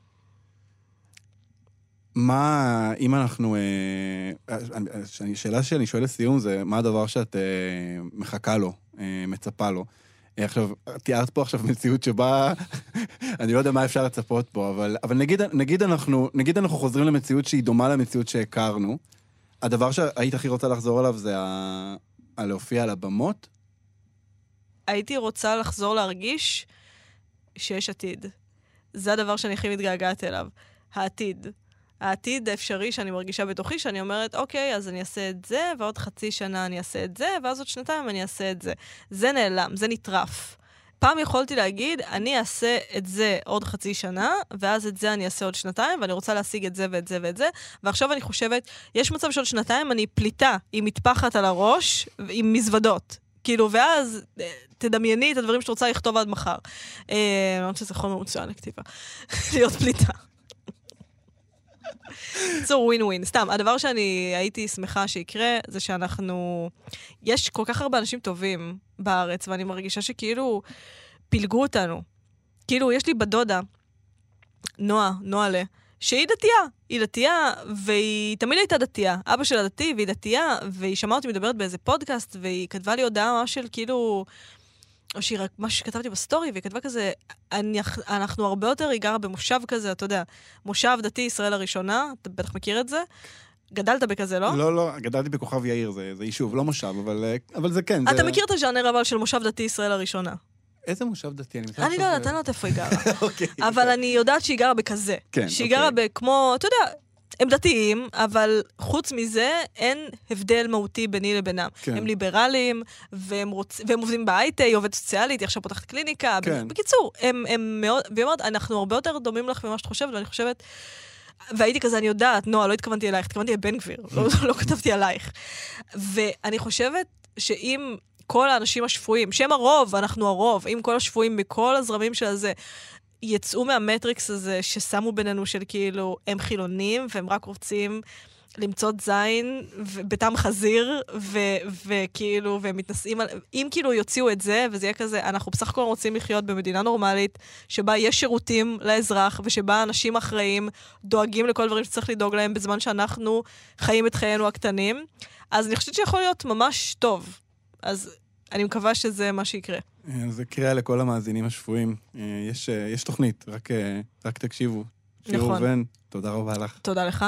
מה, אם אנחנו, השאלה שאני שואל לסיום זה, מה הדבר שאת מחכה לו, מצפה לו? עכשיו, תיארת פה עכשיו מציאות שבה, אני לא יודע מה אפשר לצפות פה, אבל, אבל נגיד, נגיד אנחנו, נגיד אנחנו חוזרים למציאות שהיא דומה למציאות שהכרנו, הדבר שהיית הכי רוצה לחזור עליו זה ה... על להופיע על הבמות? הייתי רוצה לחזור להרגיש שיש עתיד. זה הדבר שאני הכי מתגעגעת אליו. העתיד. העתיד האפשרי שאני מרגישה בתוכי, שאני אומרת, אוקיי, אז אני אעשה את זה, ועוד חצי שנה אני אעשה את זה, ואז עוד שנתיים אני אעשה את זה. זה נעלם, זה נטרף. פעם יכולתי להגיד, אני אעשה את זה עוד חצי שנה, ואז את זה אני אעשה עוד שנתיים, ואני רוצה להשיג את זה ואת זה ואת זה, ועכשיו אני חושבת, יש מצב שעוד שנתיים אני פליטה עם מטפחת על הראש, עם מזוודות. כאילו, ואז תדמייני את הדברים שאת רוצה לכתוב עד מחר. אני חושבת שזה חומר מצוין לכתיבה. להיות פליטה. זו ווין ווין. סתם, הדבר שאני הייתי שמחה שיקרה, זה שאנחנו... יש כל כך הרבה אנשים טובים בארץ, ואני מרגישה שכאילו פילגו אותנו. כאילו, יש לי בדודה, נועה, נועה לה, שהיא דתייה. היא דתייה, והיא תמיד הייתה דתייה. אבא שלה דתי, והיא דתייה, והיא שמעה אותי מדברת באיזה פודקאסט, והיא כתבה לי הודעה של כאילו... או שהיא רק, מה שכתבתי בסטורי, והיא כתבה כזה, אני, אנחנו הרבה יותר, היא גרה במושב כזה, אתה יודע, מושב דתי ישראל הראשונה, אתה בטח מכיר את זה? גדלת בכזה, לא? לא, לא, גדלתי בכוכב יאיר, זה, זה יישוב, לא מושב, אבל, אבל זה כן. אתה זה... מכיר את הז'אנר אבל של מושב דתי ישראל הראשונה? איזה מושב דתי? אני, אני לא יודעת, אני לא יודעת איפה היא גרה. אוקיי. אבל אני יודעת שהיא גרה בכזה. כן, שהיא אוקיי. גרה בכמו, אתה יודע, הם דתיים, אבל חוץ מזה אין הבדל מהותי ביני לבינם. כן. הם ליברליים, והם, רוצ... והם עובדים בהייטק, היא עובדת סוציאלית, היא עכשיו פותחת קליניקה. כן. בקיצור, הם, הם מאוד, והיא אומרת, אנחנו הרבה יותר דומים לך ממה שאת חושבת, ואני חושבת, והייתי כזה, אני יודעת, נועה, לא התכוונתי אלייך, התכוונתי לבן גביר, לא, לא כתבתי עלייך. ואני חושבת שאם כל האנשים השפויים, שהם הרוב, אנחנו הרוב, אם כל השפויים מכל הזרמים של הזה, יצאו מהמטריקס הזה ששמו בינינו של כאילו, הם חילונים, והם רק רוצים למצוא זין, בתם חזיר, וכאילו, והם מתנסים על... אם כאילו יוציאו את זה, וזה יהיה כזה, אנחנו בסך הכל רוצים לחיות במדינה נורמלית, שבה יש שירותים לאזרח, ושבה אנשים אחראים, דואגים לכל דברים שצריך לדאוג להם, בזמן שאנחנו חיים את חיינו הקטנים. אז אני חושבת שיכול להיות ממש טוב. אז אני מקווה שזה מה שיקרה. זה קריאה לכל המאזינים השפויים. יש, יש תוכנית, רק, רק תקשיבו. שיר נכון. ראובן, תודה רבה לך. תודה לך.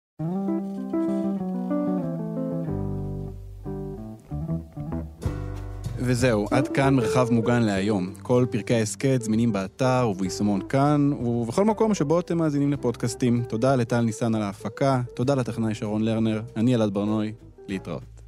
וזהו, עד כאן מרחב מוגן להיום. כל פרקי העסקת זמינים באתר וביישומון כאן, ובכל מקום שבו אתם מאזינים לפודקאסטים. תודה לטל ניסן על ההפקה, תודה לטכנאי שרון לרנר, אני אלעד ברנוי, להתראות.